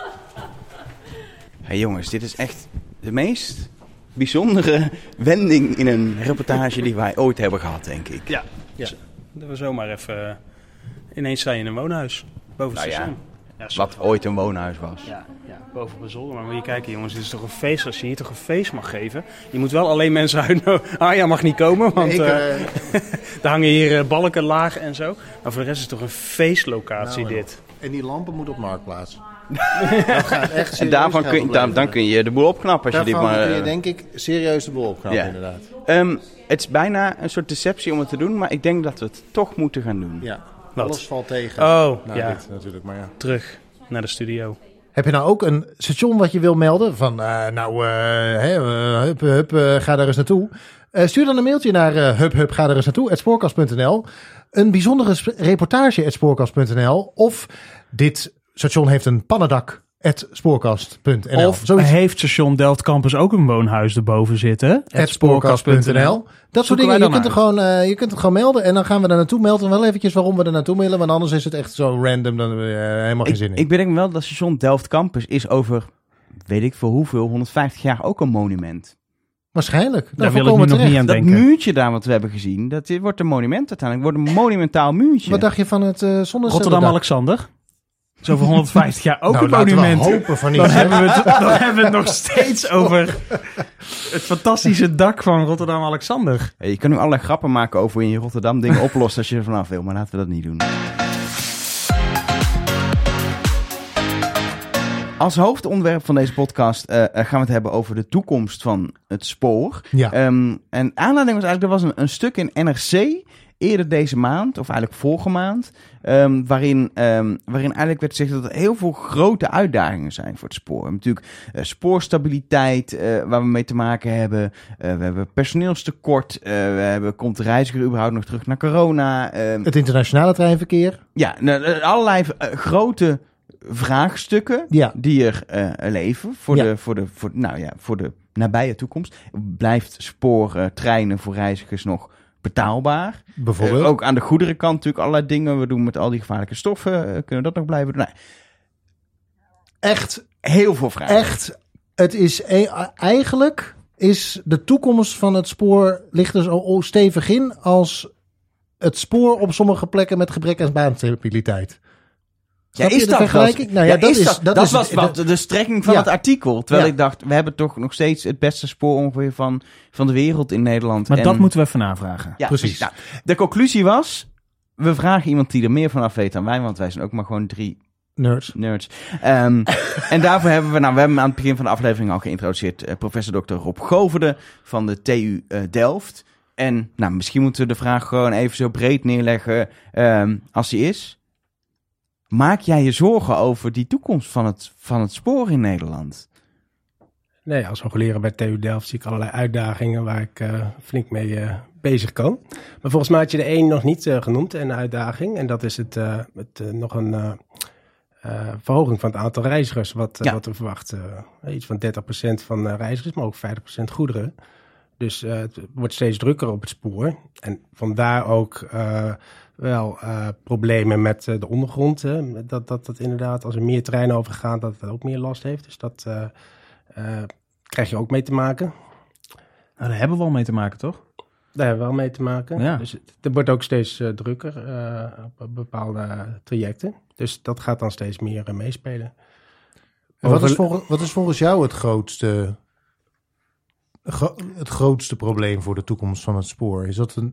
Hey jongens, dit is echt de meest bijzondere wending in een reportage die wij ooit hebben gehad, denk ik. Ja. Dat we zomaar even... Ineens sta je in een woonhuis. Boven het station. Ja, wat ooit een woonhuis was. Ja, boven op een zolder. Maar moet je kijken jongens, dit is toch een feest. Als je hier toch een feest mag geven. Je moet wel alleen mensen uitnodigen. Arjan mag niet komen, want er hangen hier balken laag en zo. Maar voor de rest is het toch een feestlocatie dit. En die lampen moeten op Marktplaats. En dan kun je de boel opknappen. Als je dit maar, kun je denk ik serieus de boel opknappen, inderdaad. Het is bijna een soort deceptie om het te doen, maar ik denk dat we het toch moeten gaan doen. Ja, wat? Alles valt tegen. Oh, dit natuurlijk, maar ja. Terug naar de studio. Heb je nou ook een station wat je wil melden? Van, ga daar eens naartoe. Stuur dan een mailtje naar ga daar eens naartoe, @spoorkast.nl. Een bijzondere reportage @spoorkast.nl. Of dit station heeft een pannendak @spoorkast.nl. Of heeft station Delft Campus ook een woonhuis erboven zitten? @spoorkast.nl. Dat soort dingen. Je kunt het gewoon melden en dan gaan we daar naartoe. Melden wel eventjes waarom we er naartoe willen, want anders is het echt zo random. Dan hebben we helemaal geen zin in. Ik bedenk wel dat station Delft Campus is over, weet ik voor hoeveel, 150 jaar ook een monument. Waarschijnlijk. Daar wil ik nu nog niet aan denken. Dat muurtje daar wat we hebben gezien, dat wordt een monument uiteindelijk. Wordt een monumentaal muurtje. Wat dacht je van het zonnestelling? Rotterdam-Alexander? Zo voor 150 jaar ook een monument. Hopen van dan hebben we het nog steeds over het fantastische dak van Rotterdam-Alexander. Hey, je kan nu allerlei grappen maken over hoe je in Rotterdam dingen oplost als je er vanaf wil, maar laten we dat niet doen. Als hoofdonderwerp van deze podcast gaan we het hebben over de toekomst van het spoor. Ja. En aanleiding was eigenlijk, er was een stuk in NRC eerder deze maand, of eigenlijk vorige maand, waarin eigenlijk werd gezegd dat er heel veel grote uitdagingen zijn voor het spoor. We hebben natuurlijk spoorstabiliteit, waar we mee te maken hebben. We hebben personeelstekort. Komt de reiziger überhaupt nog terug naar corona? Het internationale treinverkeer. Ja, allerlei grote vraagstukken die er leven voor de nabije toekomst. Blijft sporen, treinen voor reizigers nog betaalbaar? Bijvoorbeeld? Ook aan de goederenkant natuurlijk allerlei dingen. We doen met al die gevaarlijke stoffen. Kunnen we dat nog blijven doen? Echt heel veel vragen. Echt, het is eigenlijk is de toekomst van het spoor ligt er zo stevig in als het spoor op sommige plekken met gebrek aan baanstabiliteit. Ja, is dat vergelijking? Dat was wat de strekking van het artikel. Terwijl ik dacht, we hebben toch nog steeds het beste spoor ongeveer van de wereld in Nederland. Maar dat moeten we even navragen. Ja, precies. Nou, de conclusie was, we vragen iemand die er meer van af weet dan wij, want wij zijn ook maar gewoon 3 nerds. En daarvoor hebben we hebben aan het begin van de aflevering al geïntroduceerd professor Dr. Rob Goverde van de TU Delft. En misschien moeten we de vraag gewoon even zo breed neerleggen als die is. Maak jij je zorgen over die toekomst van het spoor in Nederland? Nee, als hoogleraar bij TU Delft zie ik allerlei uitdagingen waar ik flink mee bezig kan. Maar volgens mij had je de één nog niet genoemd, een uitdaging. En dat is nog een verhoging van het aantal reizigers wat we verwachten. Iets van 30% van reizigers, maar ook 50% goederen. Dus het wordt steeds drukker op het spoor. En vandaar ook problemen met de ondergrond. Dat inderdaad, als er meer treinen overgaan, dat het ook meer last heeft. Dus dat krijg je ook mee te maken. Nou, daar hebben we al mee te maken, toch? Daar hebben we wel mee te maken. Ja. Dus het wordt ook steeds drukker op bepaalde trajecten. Dus dat gaat dan steeds meer meespelen. En wat is volgens jou het grootste probleem voor de toekomst van het spoor?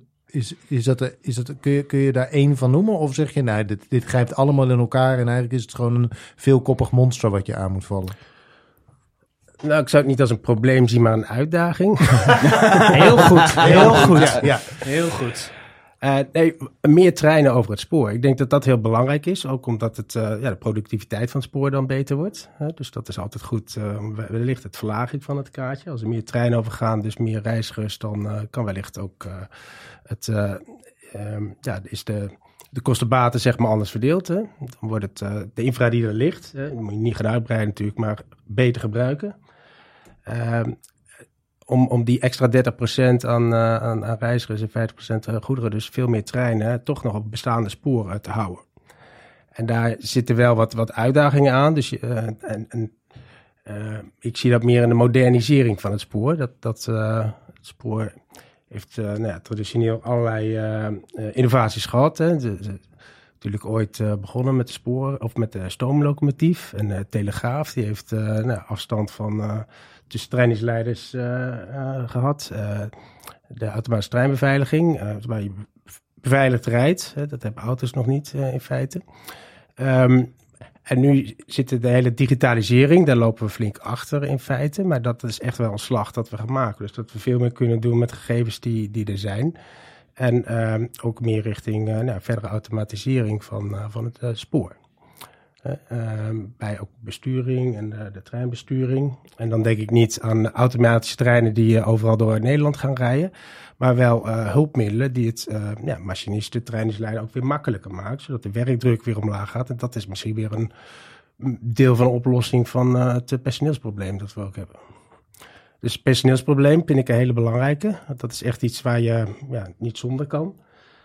Kun je daar één van noemen? Of zeg je, dit grijpt allemaal in elkaar en eigenlijk is het gewoon een veelkoppig monster wat je aan moet vallen? Nou, ik zou het niet als een probleem zien, maar een uitdaging. Heel goed. Ja. Heel goed. Meer treinen over het spoor. Ik denk dat dat heel belangrijk is. Ook omdat de productiviteit van het spoor dan beter wordt. Dus dat is altijd goed. Wellicht het verlaging van het kaartje. Als er meer treinen overgaan, dus meer reizigers, dan kan wellicht ook is de kostenbaten zeg maar anders verdeeld. Hè? Dan wordt het de infra die er ligt. Die moet je niet gaan uitbreiden natuurlijk, maar beter gebruiken. Om die extra 30% aan reizigers en 50% goederen, dus veel meer treinen, toch nog op bestaande sporen te houden. En daar zitten wel wat uitdagingen aan. Dus ik zie dat meer in de modernisering van het spoor. Het spoor heeft traditioneel allerlei innovaties gehad. Hè. Natuurlijk ooit begonnen met de spoor of met de stoomlocomotief. En de telegraaf, die heeft afstand van tussen trainingsleiders gehad. De automatische treinbeveiliging, waar je beveiligd rijdt. Dat hebben auto's nog niet in feite. En nu zit de hele digitalisering, daar lopen we flink achter in feite. Maar dat is echt wel een slag dat we gaan maken. Dus dat we veel meer kunnen doen met gegevens die er zijn. En ook meer richting verdere automatisering van het spoor. Bij ook besturing en de treinbesturing. En dan denk ik niet aan automatische treinen die overal door Nederland gaan rijden. Maar wel hulpmiddelen die het machinisten, trainingsleider ook weer makkelijker maken. Zodat de werkdruk weer omlaag gaat. En dat is misschien weer een deel van de oplossing van het personeelsprobleem dat we ook hebben. Dus het personeelsprobleem vind ik een hele belangrijke. Dat is echt iets waar je niet zonder kan.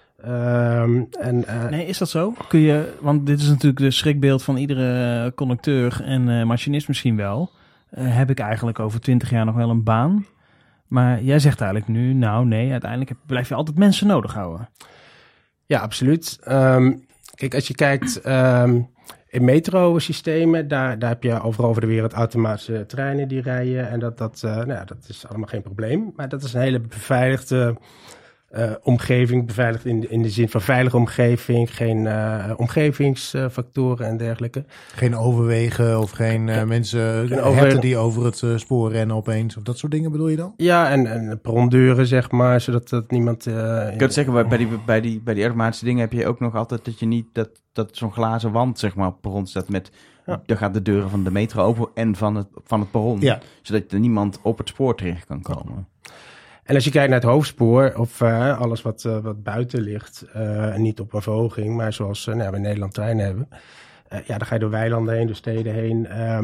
Nee, is dat zo? Want dit is natuurlijk de schrikbeeld van iedere conducteur en machinist misschien wel. Heb ik eigenlijk over 20 jaar nog wel een baan? Maar jij zegt eigenlijk nu, uiteindelijk blijf je altijd mensen nodig houden. Ja, absoluut. Kijk, als je kijkt in metrosystemen, daar heb je overal over de wereld automatische treinen die rijden. En dat is allemaal geen probleem. Maar dat is een hele beveiligde omgeving, beveiligd in de zin van veilige omgeving, geen omgevingsfactoren en dergelijke. Geen overwegen of geen mensen, herten die over het spoor rennen opeens, of dat soort dingen bedoel je dan? Ja, en perrondeuren zeg maar, zodat dat niemand... Je kunt zeggen, bij die automatische dingen heb je ook nog altijd dat je niet, dat zo'n glazen wand zeg maar op het perron staat met... Ja. Dan gaat de deuren van de metro open en van het perron, zodat er niemand op het spoor terecht kan komen. En als je kijkt naar het hoofdspoor of alles wat buiten ligt, en niet op een verhoging, maar zoals we in Nederland treinen hebben, Dan ga je door weilanden heen, door steden heen.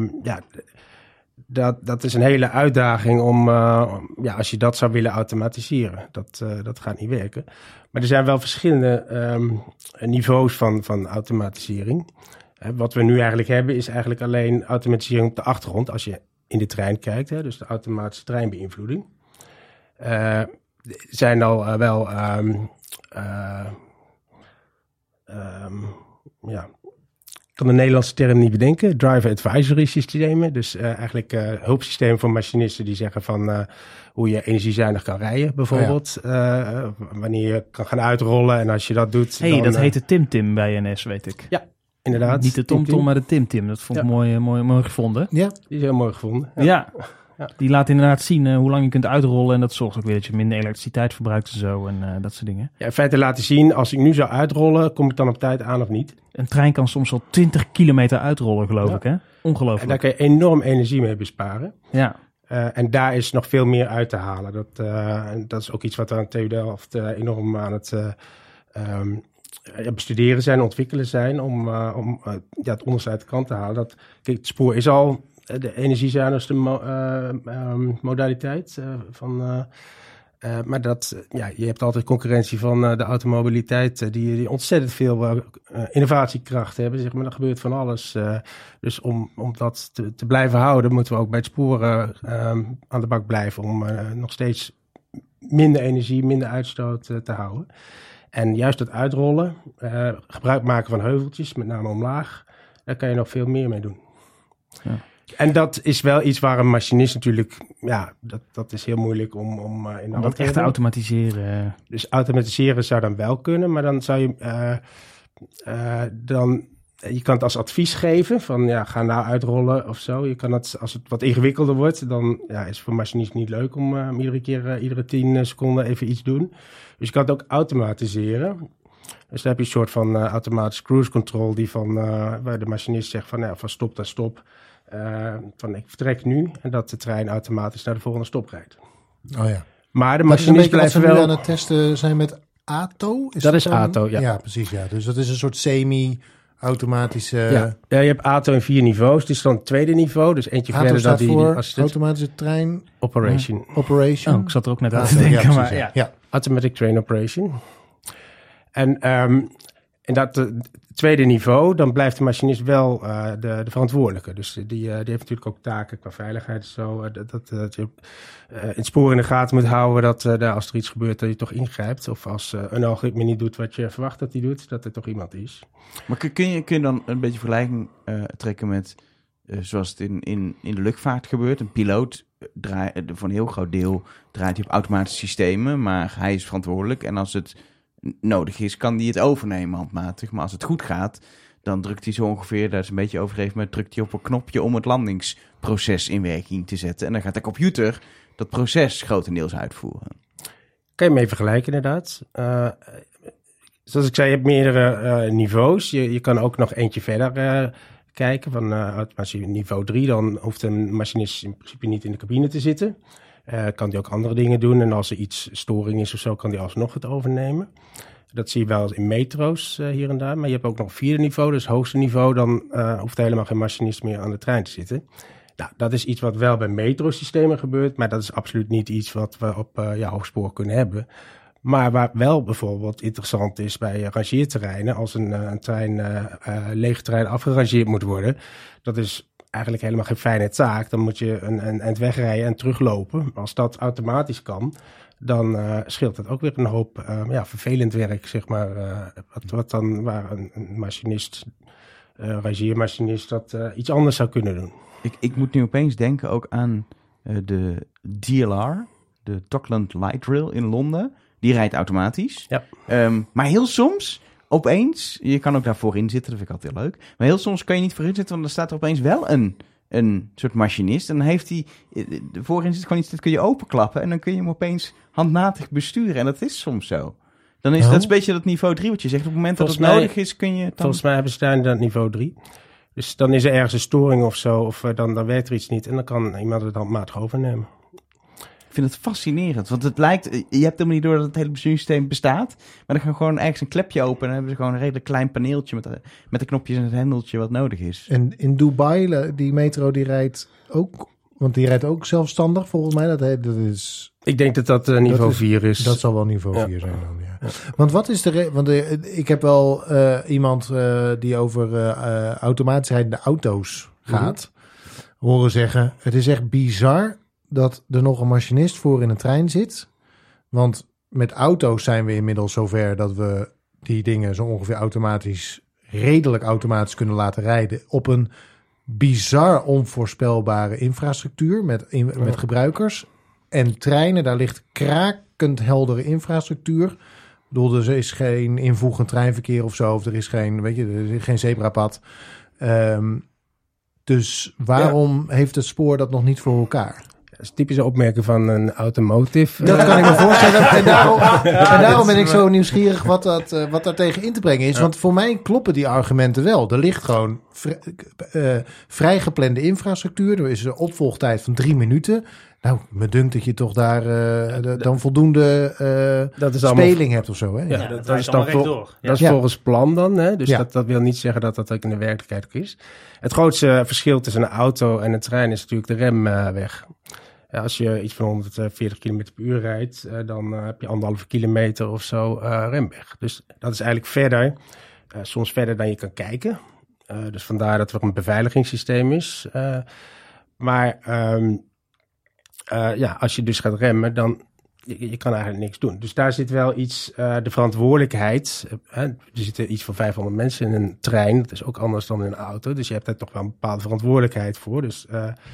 Dat is een hele uitdaging om, als je dat zou willen automatiseren. Dat gaat niet werken. Maar er zijn wel verschillende niveaus van automatisering. Wat we nu eigenlijk hebben is eigenlijk alleen automatisering op de achtergrond. Als je in de trein kijkt, dus de automatische treinbeïnvloeding. Zijn al wel... Ik kan de Nederlandse term niet bedenken. Driver advisory systemen. Dus eigenlijk hulpsystemen voor machinisten die zeggen van hoe je energiezuinig kan rijden, bijvoorbeeld. Wanneer je kan gaan uitrollen en als je dat doet... dat heette TimTim bij NS, weet ik. Ja, inderdaad. Niet de TomTom, maar de TimTim. Dat vond ik mooi gevonden. Ja, die is heel mooi gevonden. Ja. Die laat inderdaad zien hoe lang je kunt uitrollen. En dat zorgt ook weer dat je minder elektriciteit verbruikt en zo. En dat soort dingen. Ja, in feite laten zien, als ik nu zou uitrollen, kom ik dan op tijd aan of niet? Een trein kan soms al 20 kilometer uitrollen, geloof ik. Hè? Ongelooflijk. En daar kan je enorm energie mee besparen. Ja. En daar is nog veel meer uit te halen. Dat is ook iets wat we aan TU Delft enorm aan het bestuderen zijn, ontwikkelen zijn. Om het onderste uit de kant te halen. Kijk, het spoor is al de energiezuinigste modaliteit maar je hebt altijd concurrentie van de automobiliteit die ontzettend veel innovatiekracht hebben. Zeg maar, er gebeurt van alles. Dus om dat te blijven houden, moeten we ook bij het sporen aan de bak blijven om nog steeds minder energie, minder uitstoot te houden. En juist dat uitrollen, gebruik maken van heuveltjes, met name omlaag, daar kan je nog veel meer mee doen. Ja. En dat is wel iets waar een machinist natuurlijk... Ja, dat is heel moeilijk om in de om dat echt te automatiseren. Dus automatiseren zou dan wel kunnen, maar dan zou je... je kan het als advies geven van ga nou uitrollen of zo. Je kan het, als het wat ingewikkelder wordt, dan is het voor machinist niet leuk om iedere 10 seconden even iets doen. Dus je kan het ook automatiseren. Dus dan heb je een soort van automatische cruise control die waar de machinist zegt van stop, daar stop. Van ik vertrek nu en dat de trein automatisch naar de volgende stop rijdt. Oh ja. Maar de machinist blijft wel... nu aan het testen zijn met ATO? Dat is ATO, ja. Ja, precies, ja. Dus dat is een soort semi-automatische... Ja, je hebt ATO in 4 niveaus. Dit is dan het tweede niveau, dus eentje ATO verder dan die automatische trein... Operation. Operation. Oh, ik zat er ook net aan te denken. Ja, precies, ja. Automatic Train Operation. En dat tweede niveau, dan blijft de machinist wel de verantwoordelijke. Dus die heeft natuurlijk ook taken qua veiligheid en zo. Dat je het spoor in de gaten moet houden dat als er iets gebeurt dat je toch ingrijpt. Of als een algoritme niet doet wat je verwacht dat hij doet, dat er toch iemand is. Maar kun je dan een beetje vergelijking trekken met zoals het in de luchtvaart gebeurt? Een piloot voor een heel groot deel draait hij op automatische systemen, maar hij is verantwoordelijk. En als het nodig is, kan hij het overnemen handmatig. Maar als het goed gaat, dan drukt hij zo ongeveer, dat is een beetje overdreven, maar drukt hij op een knopje om het landingsproces in werking te zetten. En dan gaat de computer dat proces grotendeels uitvoeren. Kan je mee vergelijken inderdaad. Zoals ik zei, je hebt meerdere niveaus. Je kan ook nog eentje verder kijken. Als je niveau 3, dan hoeft een machinist in principe niet in de cabine te zitten. Kan die ook andere dingen doen. En als er iets storing is of zo, kan die alsnog het overnemen. Dat zie je wel in metro's hier en daar. Maar je hebt ook nog 4e niveau, dus het hoogste niveau. Dan hoeft helemaal geen machinist meer aan de trein te zitten. Nou, dat is iets wat wel bij metrosystemen gebeurt. Maar dat is absoluut niet iets wat we op hoogspoor kunnen hebben. Maar waar wel bijvoorbeeld interessant is bij rangeerterreinen. Als een lege trein afgerangeerd moet worden. Dat is eigenlijk helemaal geen fijne taak. Dan moet je een eind wegrijden en teruglopen. Als dat automatisch kan, dan scheelt dat ook weer een hoop vervelend werk, zeg maar. Waar een machinist, rangeermachinist, dat iets anders zou kunnen doen. Ik moet nu opeens denken ook aan de DLR, de Dockland Light Rail in Londen. Die rijdt automatisch. Ja. Maar heel soms, opeens, je kan ook daarvoor in zitten, dat vind ik altijd heel leuk. Maar heel soms kan je niet voorin zitten, want dan staat er opeens wel een soort machinist. En dan heeft hij, voorin zit gewoon iets, dat kun je openklappen. En dan kun je hem opeens handmatig besturen. En dat is soms zo. Dan is dat is een beetje dat niveau 3 wat je zegt. Op het moment dat het nodig is, kun je het dan... Volgens mij hebben ze daar inderdaad niveau 3. Dus dan is er ergens een storing of zo, of dan werkt er iets niet. En dan kan iemand het handmatig overnemen. vind het fascinerend. Want het lijkt, je hebt helemaal niet door dat het hele besturingssysteem bestaat. Maar dan gaan gewoon ergens een klepje open. En dan hebben ze gewoon een redelijk klein paneeltje met de knopjes en het hendeltje wat nodig is. En in Dubai, die metro die rijdt ook... Want die rijdt ook zelfstandig volgens mij. Dat is... Ik denk dat dat niveau 4 is. Dat zal wel niveau 4 zijn dan, ja. Want wat is ik heb wel iemand die over automatisch rijdende auto's gaat horen zeggen. Het is echt bizar dat er nog een machinist voor in een trein zit. Want met auto's zijn we inmiddels zover dat we die dingen zo ongeveer redelijk automatisch kunnen laten rijden op een bizar onvoorspelbare infrastructuur met gebruikers. En treinen, daar ligt krakend heldere infrastructuur. Ik bedoel, er is geen invoegend treinverkeer of zo. Of er is geen zebrapad. Dus waarom heeft het spoor dat nog niet voor elkaar? Dat is typische opmerking van een automotive. Dat kan ik me voorstellen. En daarom ben ik zo nieuwsgierig wat daar tegen in te brengen is. Want voor mij kloppen die argumenten wel. Er ligt gewoon vrij geplande infrastructuur. Er is een opvolgtijd van 3 minuten. Nou, me dunkt dat je toch daar dan voldoende speling hebt of zo. Hè? Ja, dat is dan dat is volgens plan dan. Hè? Dus dat wil niet zeggen dat dat ook in de werkelijkheid ook is. Het grootste verschil tussen een auto en een trein is natuurlijk de remweg. Als je iets van 140 km per uur rijdt, dan heb je 1,5 kilometer of zo remweg. Dus dat is eigenlijk verder, soms verder dan je kan kijken. Dus vandaar dat er een beveiligingssysteem is. Maar als je dus gaat remmen, dan je kan eigenlijk niks doen. Dus daar zit wel iets, de verantwoordelijkheid. Er zitten iets van 500 mensen in een trein. Dat is ook anders dan in een auto. Dus je hebt daar toch wel een bepaalde verantwoordelijkheid voor. Dus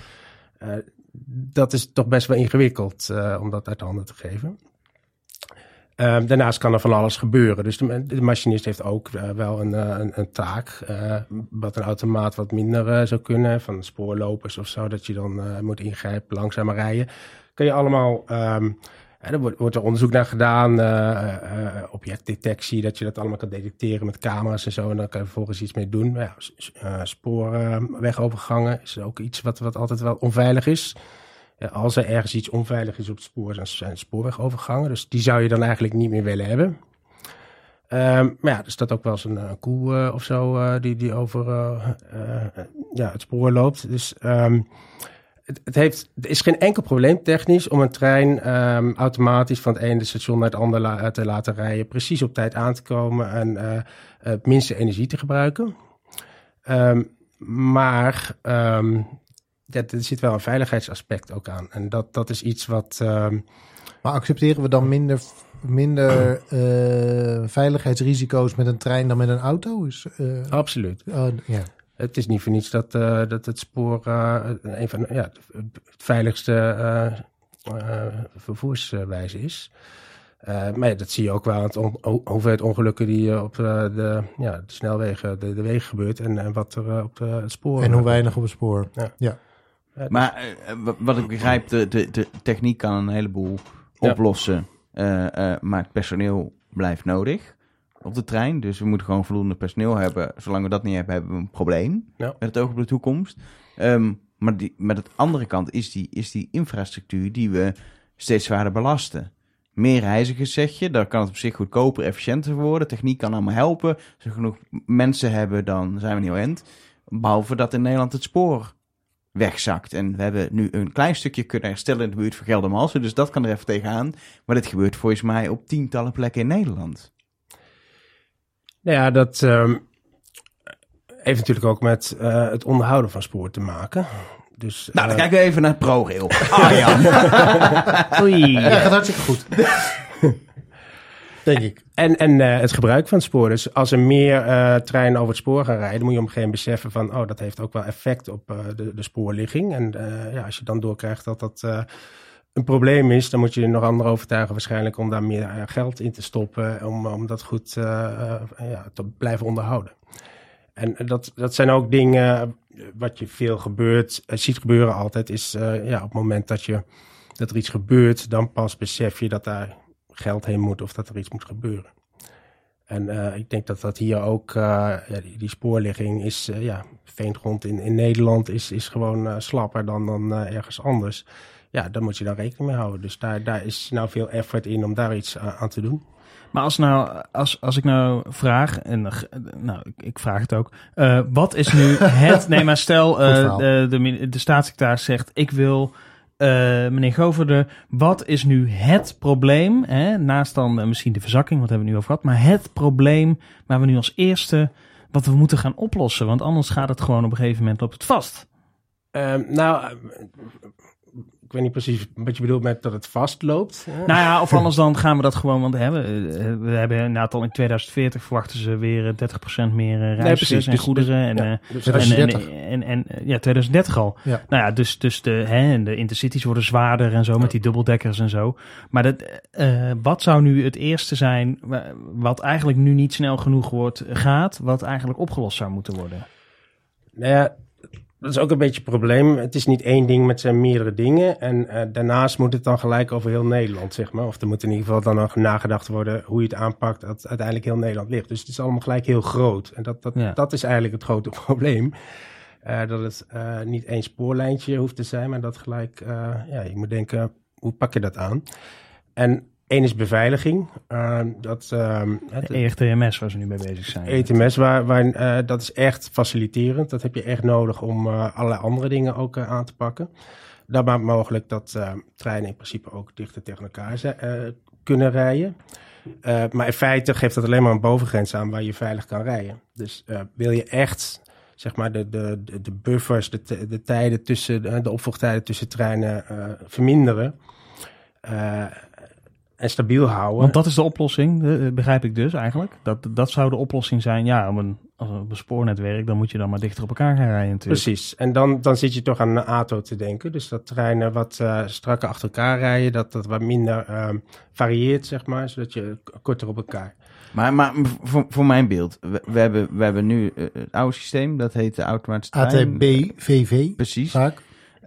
dat is toch best wel ingewikkeld om dat uit de handen te geven. Daarnaast kan er van alles gebeuren. Dus de machinist heeft ook wel een taak. Wat een automaat wat minder zou kunnen. Van spoorlopers of zo. Dat je dan moet ingrijpen, langzamer rijden. Kun je allemaal... er wordt er onderzoek naar gedaan. Objectdetectie. Dat je dat allemaal kan detecteren met camera's en zo. En dan kan je vervolgens iets mee doen. Spoorwegovergangen is ook iets wat altijd wel onveilig is. Als er ergens iets onveilig is op het spoor, dan zijn spoorwegovergangen. Dus die zou je dan eigenlijk niet meer willen hebben. Maar er staat ook wel eens een koe of zo die over het spoor loopt. Dus er is geen enkel probleem technisch om een trein automatisch van het ene station naar het andere te laten rijden. Precies op tijd aan te komen en het minste energie te gebruiken. Maar er zit wel een veiligheidsaspect ook aan. En dat is iets wat... Maar accepteren we dan minder veiligheidsrisico's met een trein dan met een auto? Absoluut. Ja. Het is niet voor niets dat het spoor een van het veiligste vervoerswijze is. Maar dat zie je ook wel aan hoeveelheid ongelukken die op de snelwegen, de wegen gebeurt en wat er op het spoor... En hoe weinig op het spoor. Ja. Maar wat ik begrijp, de techniek kan een heleboel oplossen. Maar het personeel blijft nodig op de trein. Dus we moeten gewoon voldoende personeel hebben. Zolang we dat niet hebben, hebben we een probleem met het oog op de toekomst. Maar met de andere kant is die infrastructuur die we steeds zwaarder belasten. Meer reizigers, zeg je. Daar kan het op zich goedkoper, efficiënter worden. Techniek kan allemaal helpen. Als we genoeg mensen hebben, dan zijn we niet aan het. Behalve dat in Nederland het spoor wegzakt. En we hebben nu een klein stukje kunnen herstellen in de buurt van Geldermalsen. Dus dat kan er even tegenaan. Maar dit gebeurt volgens mij op tientallen plekken in Nederland. Nou ja, dat heeft natuurlijk ook met het onderhouden van spoor te maken. Dus, dan kijken we even naar ProRail. Jan. Oei. Ja, gaat hartstikke goed. Denk ik. En het gebruik van het spoor. Dus als er meer treinen over het spoor gaan rijden, moet je op een gegeven moment beseffen van, dat heeft ook wel effect op de spoorligging. En als je dan doorkrijgt dat een probleem is, dan moet je nog anderen overtuigen waarschijnlijk om daar meer geld in te stoppen, om dat goed te blijven onderhouden. En dat zijn ook dingen wat je veel ziet gebeuren altijd, is op het moment dat er iets gebeurt, dan pas besef je dat daar geld heen moet of dat er iets moet gebeuren. En ik denk dat hier ook, die spoorligging is, veengrond in Nederland is gewoon slapper dan ergens anders. Ja, daar moet je dan rekening mee houden. Dus daar is nou veel effort in om daar iets aan te doen. Maar als ik nou vraag, en ik vraag het ook, wat is nu het... Nee, maar stel, de staatssecretaris zegt, ik wil... meneer Goverde, wat is nu het probleem? Hè? Naast dan misschien de verzakking, wat hebben we nu over gehad. Maar het probleem waar we nu als eerste wat we moeten gaan oplossen. Want anders gaat het gewoon op een gegeven moment op het vast. Ik weet niet precies wat je bedoelt met dat het vastloopt. Nou ja, of anders dan gaan we dat gewoon... Want we hebben inderdaad al in 2040 verwachten ze weer 30% meer reizigers en goederen. En 2030 al. Ja. Nou ja, dus de intercities worden zwaarder en zo met die dubbeldekkers en zo. Maar wat zou nu het eerste zijn wat eigenlijk nu niet snel genoeg gaat, wat eigenlijk opgelost zou moeten worden? Nou ja, dat is ook een beetje het probleem. Het is niet één ding, maar het zijn meerdere dingen. En daarnaast moet het dan gelijk over heel Nederland, zeg maar. Of er moet in ieder geval dan nog nagedacht worden hoe je het aanpakt dat uiteindelijk heel Nederland ligt. Dus het is allemaal gelijk heel groot. En dat is eigenlijk het grote probleem. Dat het niet één spoorlijntje hoeft te zijn, maar dat gelijk, je moet denken, hoe pak je dat aan? En één is beveiliging. ERTMS waar ze nu mee bezig zijn. ERTMS, dat is echt faciliterend. Dat heb je echt nodig om allerlei andere dingen ook aan te pakken. Dat maakt mogelijk dat treinen in principe ook dichter tegen elkaar kunnen rijden. Maar in feite geeft dat alleen maar een bovengrens aan waar je veilig kan rijden. Dus wil je echt, zeg maar, de buffers, de tijden tussen, de opvolgtijden tussen treinen verminderen... en stabiel houden. Want dat is de oplossing, begrijp ik dus eigenlijk. Dat zou de oplossing zijn. Ja, op een spoornetwerk, dan moet je dan maar dichter op elkaar gaan rijden natuurlijk. Precies. En dan zit je toch aan een ATO te denken. Dus dat treinen wat strakker achter elkaar rijden, dat wat minder varieert, zeg maar, zodat je korter op elkaar. Maar voor mijn beeld, we hebben nu het oude systeem, dat heet de automatische trein. ATBVV. Precies. Vaak.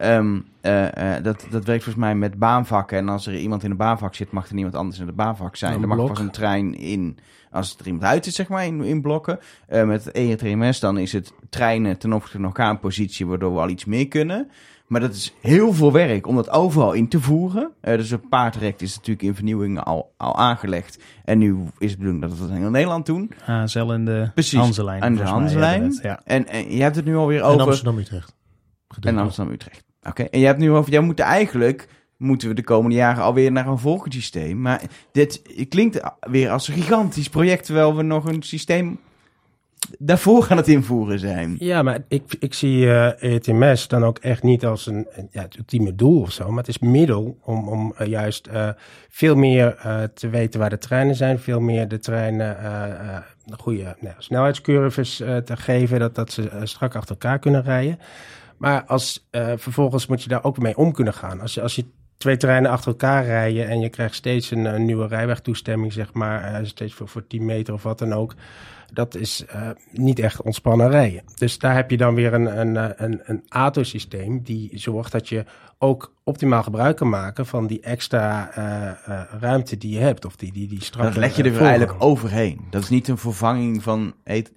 Dat werkt volgens mij met baanvakken. En als er iemand in een baanvak zit, mag er niemand anders in het baanvak zijn. Dan mag er pas een trein in, als er iemand uit is, zeg maar, in blokken. Met ERTMS, dan is het treinen ten opzichte van elkaar een positie, waardoor we al iets meer kunnen. Maar dat is heel veel werk om dat overal in te voeren. Dus een paardrecht is natuurlijk in vernieuwing al aangelegd. En nu is het bedoeld dat we dat in heel Nederland doen. HSL en de Hanselijn. En de Hanselijn. Ja. En je hebt het nu alweer over... En Amsterdam-Utrecht. En Amsterdam-Utrecht. Oké. En je hebt nu over... moeten we de komende jaren alweer naar een volgend systeem. Maar dit klinkt weer als een gigantisch project, terwijl we nog een systeem daarvoor gaan het invoeren zijn. Ja, maar ik zie ERTMS dan ook echt niet als het ultieme doel of zo. Maar het is middel om juist veel meer te weten waar de treinen zijn. Veel meer de treinen goede snelheidscurves te geven. Dat ze strak achter elkaar kunnen rijden. Maar vervolgens moet je daar ook mee om kunnen gaan. Als je 2 treinen achter elkaar rijden en je krijgt steeds een nieuwe rijwegtoestemming, zeg maar, steeds voor 10 meter of wat dan ook. Dat is niet echt ontspannen rijden. Dus daar heb je dan weer een ATO-systeem die zorgt dat je ook optimaal gebruik kan maken van die extra ruimte die je hebt. Of die strakke. Dat leg je er weer eigenlijk overheen. Dat is niet een vervanging van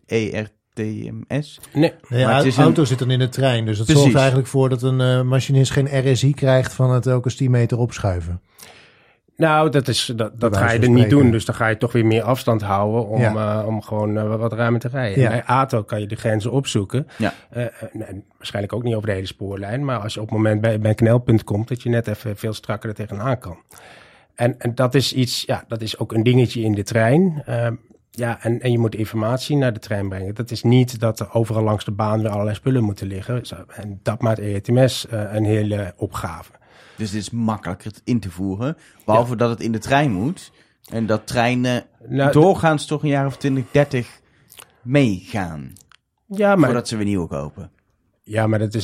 ERTMS. Nee. De auto zit dan in de trein. Dus dat zorgt eigenlijk voor dat een machinist geen RSI krijgt van het elke 10 meter opschuiven. Nou, dat ga je er niet doen. Dus dan ga je toch weer meer afstand houden om gewoon wat ruimer te rijden. Ja. Bij ATO kan je de grenzen opzoeken. Ja. Waarschijnlijk ook niet over de hele spoorlijn. Maar als je op het moment bij een knelpunt komt, dat je net even veel strakker er tegenaan kan. En dat is iets, dat is ook een dingetje in de trein. En je moet informatie naar de trein brengen. Dat is niet dat er overal langs de baan weer allerlei spullen moeten liggen. En dat maakt ERTMS een hele opgave. Dus dit is makkelijker in te voeren. Behalve dat het in de trein moet. En dat treinen doorgaans toch een jaar of 20, 30 meegaan. Ja, maar voordat ze weer nieuwe kopen. Ja, maar dat is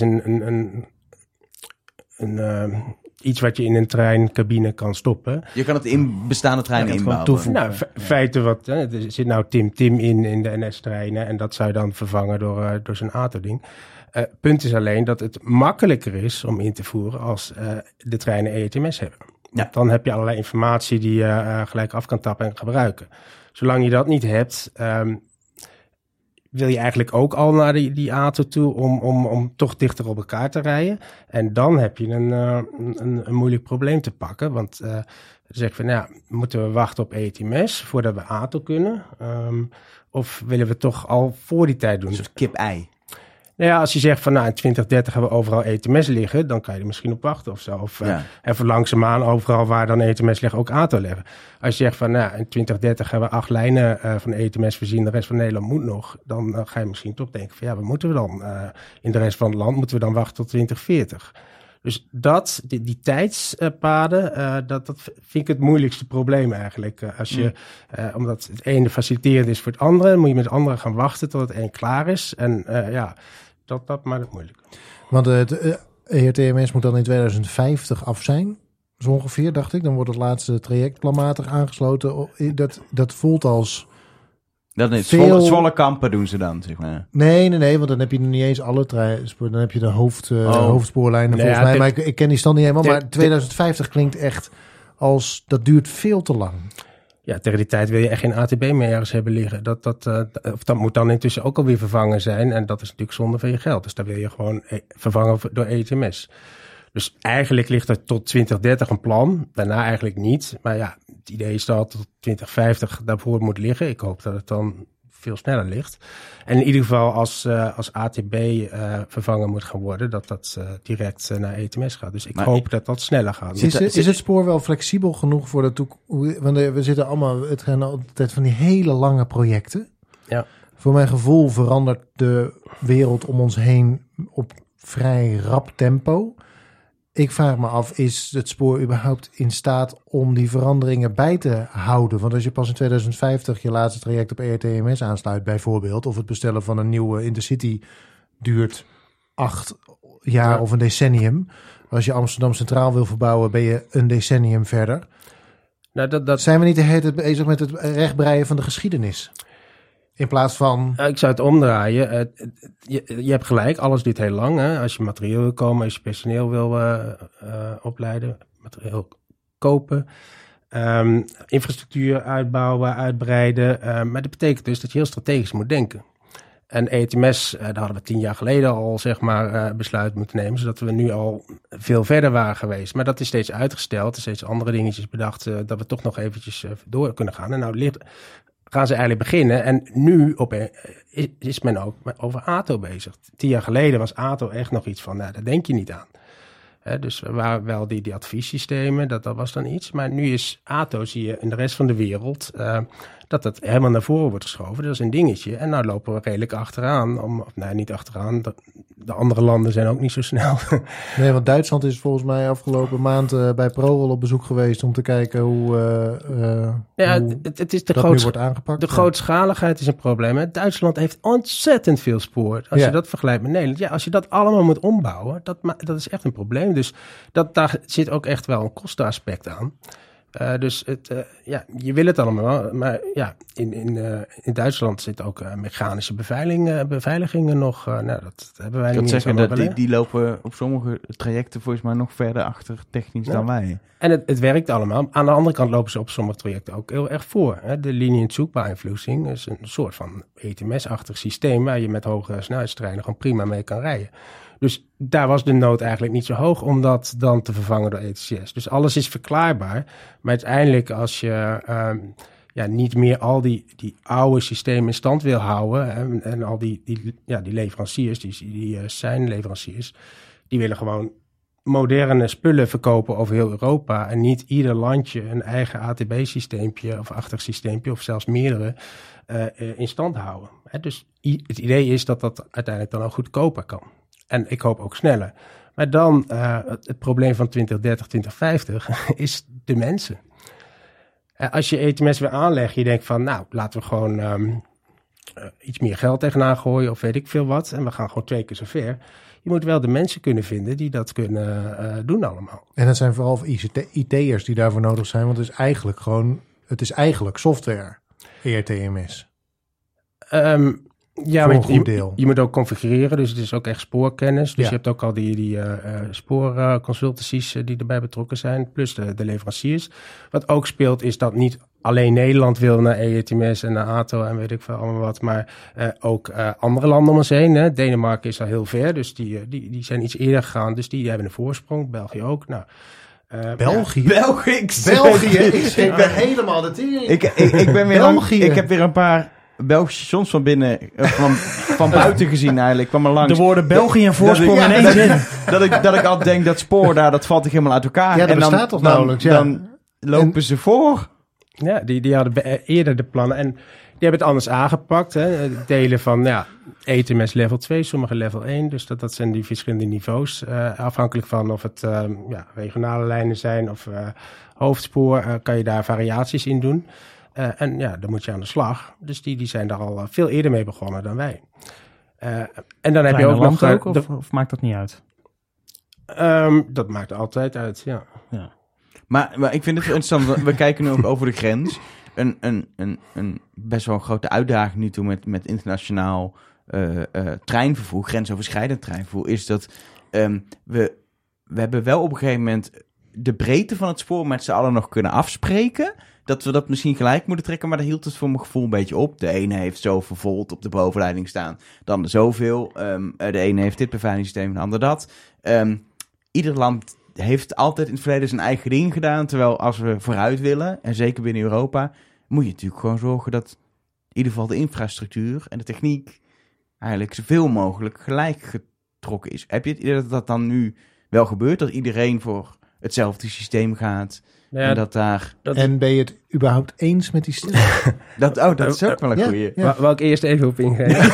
iets wat je in een treincabine kan stoppen. Je kan het in bestaande treinen inbouwen. Nou, feiten er zit nou Tim in de NS-treinen. En dat zou je dan vervangen door zo'n ATO-ding. Punt is alleen dat het makkelijker is om in te voeren als de treinen ERTMS hebben. Ja. Dan heb je allerlei informatie die je gelijk af kan tappen en gebruiken. Zolang je dat niet hebt, wil je eigenlijk ook al naar die ATO toe om toch dichter op elkaar te rijden. En dan heb je een moeilijk probleem te pakken. Want dan zeg je van, moeten we wachten op ETMS voordat we ATO kunnen? Of willen we toch al voor die tijd doen? Een soort kip-ei. Nou ja, als je zegt van in 2030 hebben we overal ETMS liggen, dan kan je er misschien op wachten of zo. Of even langzaamaan overal waar dan ETMS liggen ook ATO leggen. Als je zegt van in 2030 hebben we 8 lijnen van ETMS voorzien, de rest van Nederland moet nog. Dan ga je misschien toch denken van wat moeten we dan? In de rest van het land moeten we dan wachten tot 2040. Dus die tijdspaden, dat vind ik het moeilijkste probleem eigenlijk. Als je, omdat het ene faciliterend is voor het andere, moet je met het andere gaan wachten tot het een klaar is. En dat maakt het moeilijk. Want het ERTMS moet dan in 2050 af zijn, zo ongeveer, dacht ik. Dan wordt het laatste traject planmatig aangesloten. Dat voelt als... Dat is Zwolle Kampen doen ze dan, zeg maar. Nee, want dan heb je nog niet eens alle treinspoor. Dan heb je de hoofdspoorlijnen volgens mij. Maar ik ken die stand niet helemaal. Maar 2050 klinkt echt als... Dat duurt veel te lang. Ja, tegen die tijd wil je echt geen ATB meer ergens hebben liggen. Dat moet dan intussen ook alweer vervangen zijn. En dat is natuurlijk zonde van je geld. Dus daar wil je gewoon vervangen door ETMS. Dus eigenlijk ligt er tot 2030 een plan. Daarna eigenlijk niet. Maar het idee is dat tot 2050 daarvoor moet liggen. Ik hoop dat het dan veel sneller ligt. En in ieder geval als ATB vervangen moet gaan worden, dat direct naar ETMS gaat. Dus ik hoop dat dat sneller gaat. Is het spoor wel flexibel genoeg voor de toekomst? Want we zitten allemaal, het zijn altijd van die hele lange projecten. Ja. Voor mijn gevoel verandert de wereld om ons heen op vrij rap tempo. Ik vraag me af, is het spoor überhaupt in staat om die veranderingen bij te houden? Want als je pas in 2050 je laatste traject op ERTMS aansluit bijvoorbeeld, of het bestellen van een nieuwe Intercity duurt 8 jaar of een decennium. Als je Amsterdam Centraal wil verbouwen, ben je een decennium verder. Nou, Zijn we niet de hele tijd bezig met het rechtbreien van de geschiedenis? In plaats van... Ik zou het omdraaien. Je hebt gelijk, alles duurt heel lang. Hè? Als je materieel wil komen, als je personeel wil opleiden, materieel kopen, infrastructuur uitbouwen, uitbreiden. Maar dat betekent dus dat je heel strategisch moet denken. En ETMS, daar hadden we 10 jaar geleden al besluit moeten nemen, zodat we nu al veel verder waren geweest. Maar dat is steeds uitgesteld, er steeds andere dingetjes bedacht, dat we toch nog eventjes door kunnen gaan. En nou gaan ze eigenlijk beginnen. En nu is men ook over ATO bezig. 10 jaar geleden was ATO echt nog iets van, daar denk je niet aan. Dus we waren wel die adviessystemen, dat was dan iets. Maar nu is ATO, zie je in de rest van de wereld, dat helemaal naar voren wordt geschoven. Dat is een dingetje. En nou lopen we redelijk achteraan. Niet achteraan. De andere landen zijn ook niet zo snel. Nee, want Duitsland is volgens mij afgelopen maand bij ProRail op bezoek geweest om te kijken hoe het is dat nu wordt aangepakt. De grootschaligheid is een probleem. Hè? Duitsland heeft ontzettend veel spoor. Als je dat vergelijkt met Nederland. Als je dat allemaal moet ombouwen, dat is echt een probleem. Dus daar zit ook echt wel een kostenaspect aan. Dus je wil het allemaal, maar in Duitsland zit ook mechanische beveiligingen nog. Dat hebben wij niet. Dat die lopen op sommige trajecten volgens mij nog verder achter technisch dan wij. En het werkt allemaal. Aan de andere kant lopen ze op sommige trajecten ook heel erg voor. Hè. De linear zoekbeïnvloeding is een soort van ETMS-achtig systeem waar je met hoge snelheidstreinen gewoon prima mee kan rijden. Dus daar was de nood eigenlijk niet zo hoog om dat dan te vervangen door ETCS. Dus alles is verklaarbaar. Maar uiteindelijk als je niet meer al die oude systemen in stand wil houden. En al die leveranciers, die zijn leveranciers, die willen gewoon moderne spullen verkopen over heel Europa. En niet ieder landje een eigen ATB-systeempje of achtig systeempje of zelfs meerdere in stand houden. Dus het idee is dat uiteindelijk dan ook goedkoper kan. En ik hoop ook sneller. Maar dan, het probleem van 2030, 2050 is de mensen. Als je ETMS weer aanlegt, je denkt van, laten we gewoon iets meer geld tegenaan gooien of weet ik veel wat. En we gaan gewoon 2 keer zo ver. Je moet wel de mensen kunnen vinden die dat kunnen doen allemaal. En dat zijn vooral IT'ers die daarvoor nodig zijn, want het is eigenlijk software, ERTMS. Ja, voor maar een goed deel. je moet ook configureren, dus het is ook echt spoorkennis. Dus Ja. je hebt ook al die spoorconsultancies die erbij betrokken zijn, plus de leveranciers. Wat ook speelt is dat niet alleen Nederland wil naar ERTMS en naar ATO en weet ik veel allemaal wat, maar ook andere landen om ons heen. Hè. Denemarken is al heel ver, dus die zijn iets eerder gegaan, dus die hebben een voorsprong. België ook. Nou, België? België. Ik ben helemaal de tering. Ik ben weer België. Ik heb weer een paar Belgische stations van binnen, van buiten gezien eigenlijk. Kwam er langs. De woorden België en voorsprong Dat ik- in één zin. Dat ik altijd denk, dat spoor daar, dat valt toch helemaal uit elkaar. Ja, dat en dan, bestaat toch nauwelijks, ja. Dan lopen ze voor. Ja, die hadden eerder de plannen en die hebben het anders aangepakt. Hè. Delen van ETMS level 2, sommige level 1. Dus dat zijn die verschillende niveaus. Afhankelijk van of het regionale lijnen zijn of hoofdspoor, kan je daar variaties in doen. En dan moet je aan de slag. Dus die zijn daar al veel eerder mee begonnen dan wij. En dan heb je ook Land nog... ook, of maakt dat niet uit? dat maakt altijd uit, ja. Maar ik vind het interessant, we kijken nu ook over de grens. Een best wel een grote uitdaging nu toe met internationaal treinvervoer, grensoverschrijdend treinvervoer, is dat we hebben wel op een gegeven moment de breedte van het spoor met z'n allen nog kunnen afspreken. Dat we dat misschien gelijk moeten trekken, maar daar hield het voor mijn gevoel een beetje op. De ene heeft zoveel volt op de bovenleiding staan, dan de zoveel. De ene heeft dit beveiligingssysteem, de ander dat. Ieder land heeft altijd in het verleden zijn eigen ding gedaan. Terwijl als we vooruit willen, en zeker binnen Europa, moet je natuurlijk gewoon zorgen dat in ieder geval de infrastructuur en de techniek eigenlijk zoveel mogelijk gelijk getrokken is. Heb je het idee dat dat dan nu wel gebeurt? Dat iedereen voor hetzelfde systeem gaat? Ja, En dat daar... En ben je het überhaupt eens met die stelling? Dat is ook wel een Ja, goeie. ja. Wou ik eerst even op ingeven.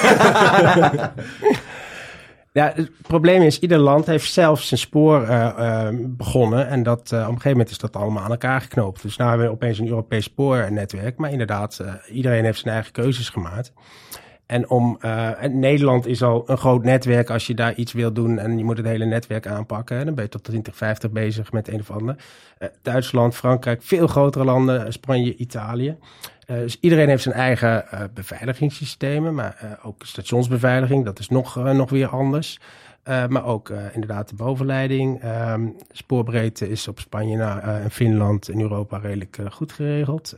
Ja, het probleem is, ieder land heeft zelf zijn spoor begonnen. En dat, op een gegeven moment is dat allemaal aan elkaar geknoopt. Dus nu hebben we opeens een Europees spoornetwerk. Maar inderdaad, iedereen heeft zijn eigen keuzes gemaakt. En Nederland is al een groot netwerk als je daar iets wil doen en je moet het hele netwerk aanpakken. Dan ben je tot 2050 bezig met een of ander. Duitsland, Frankrijk, veel grotere landen, Spanje, Italië. Dus iedereen heeft zijn eigen beveiligingssystemen, maar ook stationsbeveiliging, dat is nog weer anders. Maar ook inderdaad de bovenleiding. Spoorbreedte is op Spanje en Finland in Europa redelijk goed geregeld.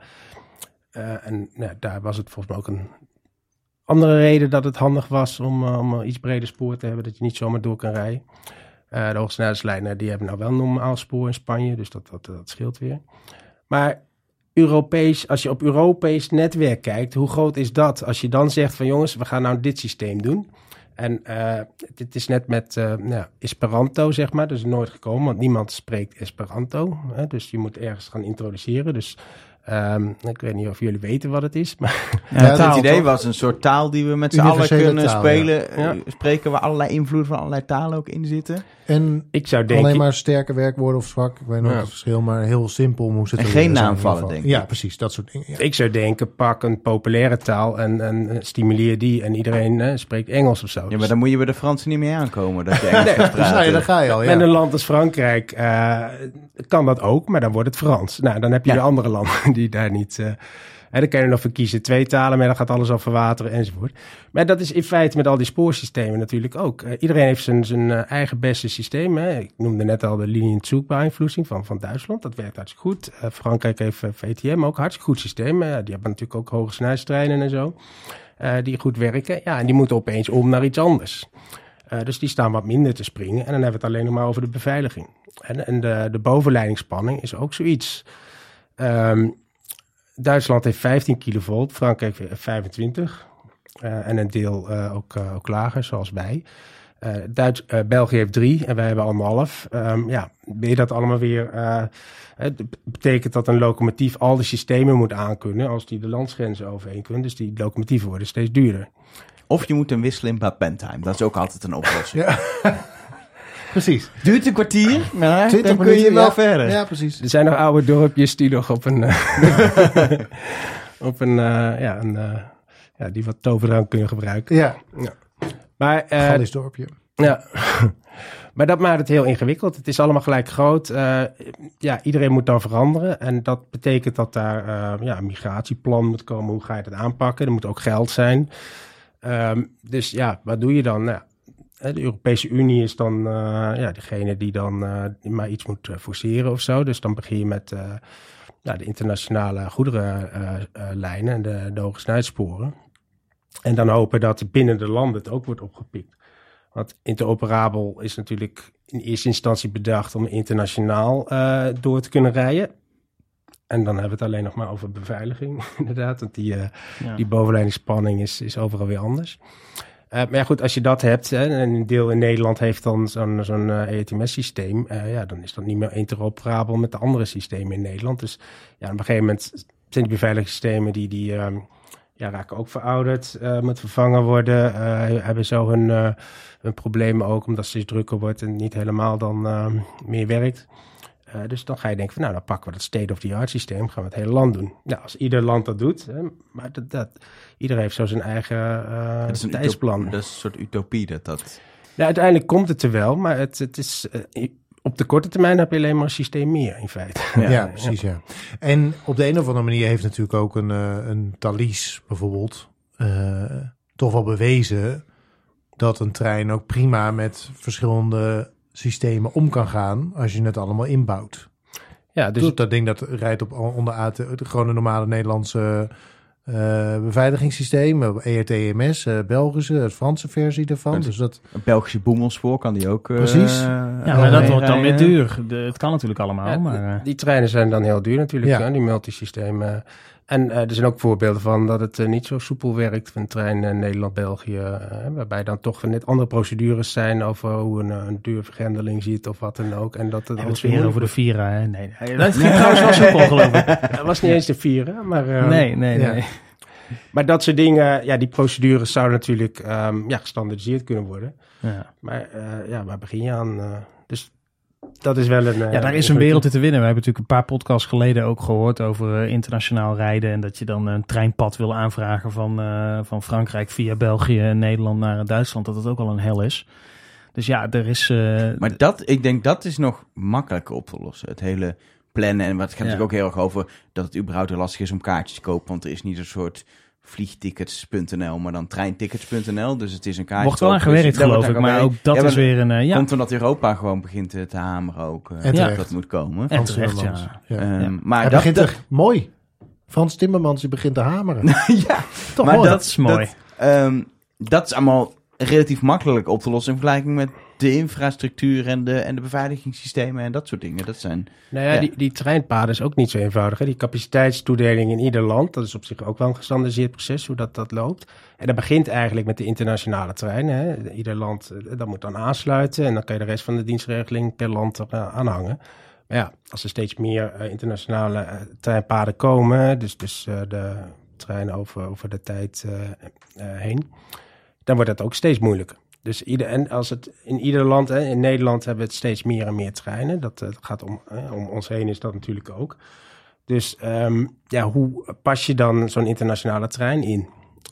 Daar was het volgens mij ook een andere reden dat het handig was om een iets breder spoor te hebben, dat je niet zomaar door kan rijden. De hoogsnelheidslijnen die hebben nou wel normaal spoor in Spanje, dus dat scheelt weer. Maar als je op Europees netwerk kijkt, hoe groot is dat? Als je dan zegt van jongens, we gaan nou dit systeem doen. En dit is net met Esperanto, zeg maar. Dat is nooit gekomen, want niemand spreekt Esperanto. Hè? Dus je moet ergens gaan introduceren. Dus ik weet niet of jullie weten wat het is. Maar Het idee was een soort taal die we met z'n allen Universele kunnen taal, spelen. ja. Spreken waar allerlei invloeden van allerlei talen ook in zitten. En ik zou denken... alleen maar sterke werkwoorden of zwak. Ik weet nog Ja. het verschil, maar heel simpel moest het En er geen zijn in naamvallen, ieder geval. denk ik. Ja, precies. Dat soort dingen. Ja. Ik zou denken, pak een populaire taal en stimuleer die. En iedereen spreekt Engels of zo. Ja, maar dan moet je bij de Fransen niet mee aankomen dat je Engels gaat Dus praten. nou ja, daar ga je al. En Ja. een land als Frankrijk kan dat ook, maar dan wordt het Frans. Nou, dan heb je Ja. de andere landen die daar niet... dan kan je nog voor kiezen 2 talen, maar dan gaat alles al verwateren enzovoort. Maar dat is in feite met al die spoorsystemen natuurlijk ook. Iedereen heeft zijn eigen beste systeem. Hè. Ik noemde net al de Linienzugbeeinflussing van Duitsland. Dat werkt hartstikke goed. Frankrijk heeft VTM ook hartstikke goed systeem. Die hebben natuurlijk ook hoge snelheidstreinen en zo. Die goed werken. Ja, en die moeten opeens om naar iets anders. Dus die staan wat minder te springen. En dan hebben we het alleen nog maar over de beveiliging. En de bovenleidingsspanning is ook zoiets. Duitsland heeft 15 kilovolt, Frankrijk 25. En een deel ook lager, zoals wij. België heeft 3 en wij hebben 1,5. Ben je dat allemaal weer... Het betekent dat een locomotief al die systemen moet aankunnen als die de landsgrenzen overheen kunnen. Dus die locomotieven worden steeds duurder. Of je moet hem wisselen in Bad Bentheim. Dat is ook altijd een oplossing. Ja. Precies. Duurt een kwartier, maar 20 dan kun je minuten, wel ja. verder. Ja, precies. Er zijn nog oude dorpjes die nog op een... die wat toverdrank kunnen gebruiken. Ja, Maar Gallisdorpje. ja, maar dat maakt het heel ingewikkeld. Het is allemaal gelijk groot. Iedereen moet dan veranderen. En dat betekent dat daar een migratieplan moet komen. Hoe ga je dat aanpakken? Er moet ook geld zijn. Dus ja, wat doe je dan? Nou, de Europese Unie is dan degene die dan maar iets moet forceren of zo. Dus dan begin je met de internationale goederenlijnen en de hoge snelheidssporen. En dan hopen dat binnen de landen het ook wordt opgepikt. Want interoperabel is natuurlijk in eerste instantie bedacht om internationaal door te kunnen rijden. En dan hebben we het alleen nog maar over beveiliging, inderdaad. Want die bovenleidingsspanning is overal weer anders. Maar ja, goed, als je dat hebt, en een deel in Nederland heeft dan zo'n ERTMS-systeem, dan is dat niet meer interoperabel met de andere systemen in Nederland. Dus ja, op een gegeven moment zijn die beveiligingssystemen die raken ook verouderd, moeten vervangen worden, hebben zo hun problemen ook, omdat het steeds drukker wordt en niet helemaal dan meer werkt. Dus dan ga je denken van, dan pakken we dat state-of-the-art systeem, gaan we het hele land doen. Nou, als ieder land dat doet, maar iedereen heeft zo zijn eigen tijdsplan. Dat is een soort utopie dat... Ja, uiteindelijk komt het er wel, maar het is... op de korte termijn heb je alleen maar een systeem meer, in feite. Ja, precies, ja. En op de een of andere manier heeft natuurlijk ook een Thalys bijvoorbeeld toch wel bewezen dat een trein ook prima met verschillende systemen om kan gaan als je het allemaal inbouwt. Ja, dus dat ding dat rijdt onder gewoon een normale Nederlandse beveiligingssysteem, ERTMS, Belgische, het Franse versie daarvan. Dus dat... Een Belgische boemelspoor kan die ook. Precies. Maar dat wordt dan weer duur. Het kan natuurlijk allemaal. Ja, maar, die treinen zijn dan heel duur natuurlijk, die multisystemen. En er zijn ook voorbeelden van dat het niet zo soepel werkt van een trein Nederland-België, waarbij dan toch net andere procedures zijn over hoe een deurvergrendeling zit of wat dan ook. En dat het alles weer over de Vira, hè? Nee, dat ging trouwens wel soepel, geloof ik. Dat was niet eens de Vira, maar... Nee. Maar dat soort dingen, die procedures zouden natuurlijk gestandardiseerd kunnen worden. Ja. Maar waar begin je aan? Dus dat is wel een... daar is een wereld in te winnen. We hebben natuurlijk een paar podcasts geleden ook gehoord over internationaal rijden. En dat je dan een treinpad wil aanvragen van Frankrijk via België en Nederland naar Duitsland. Dat het ook al een hel is. Dus ja, er is... Maar ik denk dat is nog makkelijker op te lossen. Het hele plannen. En wat gaat natuurlijk ook heel erg over dat het überhaupt heel lastig is om kaartjes te kopen. Want er is niet een soort vliegtickets.nl, maar dan treintickets.nl. Dus het is een kaartje. Wordt wel aan gewerkt, geloof ik. Maar ook dat is weer een... Komt omdat Europa gewoon begint te hameren ook. Dat moet komen. En terecht, Maar dat begint er mooi. Frans Timmermans, die begint te hameren. Ja, toch maar mooi. Dat is mooi. Dat is allemaal relatief makkelijk op te lossen in vergelijking met de infrastructuur en de beveiligingssystemen en dat soort dingen. Dat zijn... Die treinpaden is ook niet zo eenvoudig. Hè? Die capaciteitstoedeling in ieder land, dat is op zich ook wel een gestandardiseerd proces, hoe dat loopt. En dat begint eigenlijk met de internationale treinen. Hè? Ieder land dat moet dan aansluiten en dan kan je de rest van de dienstregeling per land aan hangen. Maar ja, als er steeds meer internationale treinpaden komen, dus de treinen over de tijd heen, dan wordt dat ook steeds moeilijker. Dus als het in ieder land, in Nederland hebben we het steeds meer en meer treinen. Dat gaat om ons heen is dat natuurlijk ook. Dus hoe pas je dan zo'n internationale trein in?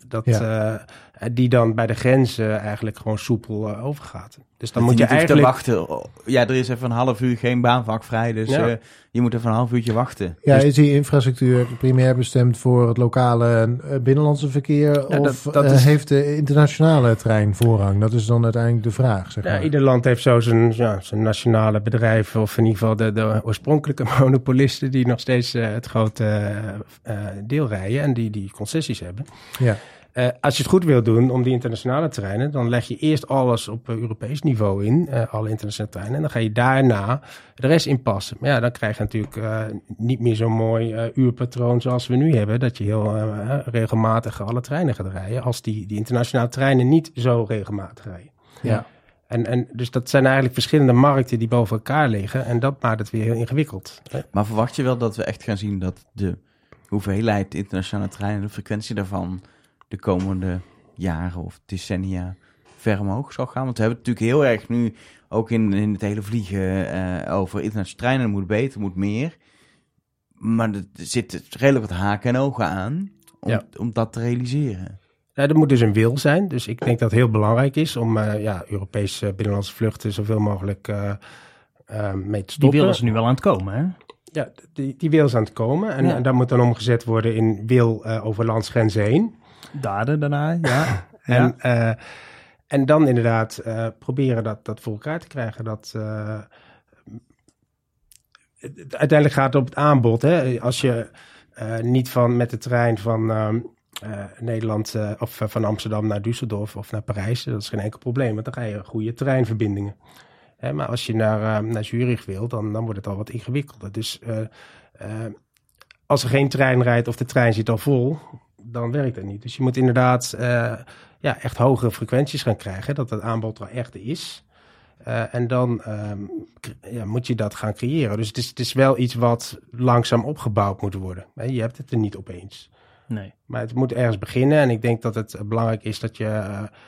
Die dan bij de grenzen eigenlijk gewoon soepel overgaat. Dus dan moet je eigenlijk... te wachten. Ja, er is even een half uur geen baanvak vrij, dus je moet even een half uurtje wachten. Ja, is die infrastructuur primair bestemd voor het lokale binnenlandse verkeer? Heeft de internationale trein voorrang? Dat is dan uiteindelijk de vraag, zeg maar. Ieder land heeft zo zijn nationale bedrijf, of in ieder geval de oorspronkelijke monopolisten die nog steeds het grote deel rijden en die concessies hebben. Ja. Als je het goed wil doen om die internationale treinen, dan leg je eerst alles op Europees niveau in, alle internationale treinen, en dan ga je daarna de rest inpassen. Maar ja, dan krijg je natuurlijk niet meer zo'n mooi uurpatroon zoals we nu hebben, dat je heel regelmatig alle treinen gaat rijden, als die internationale treinen niet zo regelmatig rijden. Ja. En dus dat zijn eigenlijk verschillende markten die boven elkaar liggen, en dat maakt het weer heel ingewikkeld. Maar verwacht je wel dat we echt gaan zien dat de hoeveelheid internationale treinen, de frequentie daarvan, de komende jaren of decennia ver omhoog zal gaan? Want we hebben het natuurlijk heel erg nu ook in het hele vliegen over internationale treinen. Er moet beter, moet meer. Maar er zit redelijk wat haken en ogen aan om dat te realiseren. Ja, er moet dus een wil zijn. Dus ik denk dat het heel belangrijk is om Europese binnenlandse vluchten zoveel mogelijk mee te stoppen. Die wil is nu wel aan het komen, hè? Ja, die wil is aan het komen. En dat moet dan omgezet worden in wil over landsgrenzen heen. Daden daarna, ja. En dan inderdaad proberen dat voor elkaar te krijgen. Uiteindelijk gaat het op het aanbod. Hè? Als je niet met de trein van Nederland of van Amsterdam naar Düsseldorf of naar Parijs, dat is geen enkel probleem, want dan ga je goede treinverbindingen. Maar als je naar Zurich wil, dan wordt het al wat ingewikkelder. Dus als er geen trein rijdt of de trein zit al vol, dan werkt het niet. Dus je moet inderdaad echt hogere frequenties gaan krijgen, dat het aanbod er echt is. En dan moet je dat gaan creëren. Dus het is wel iets wat langzaam opgebouwd moet worden. Je hebt het er niet opeens. Nee. Maar het moet ergens beginnen. En ik denk dat het belangrijk is dat je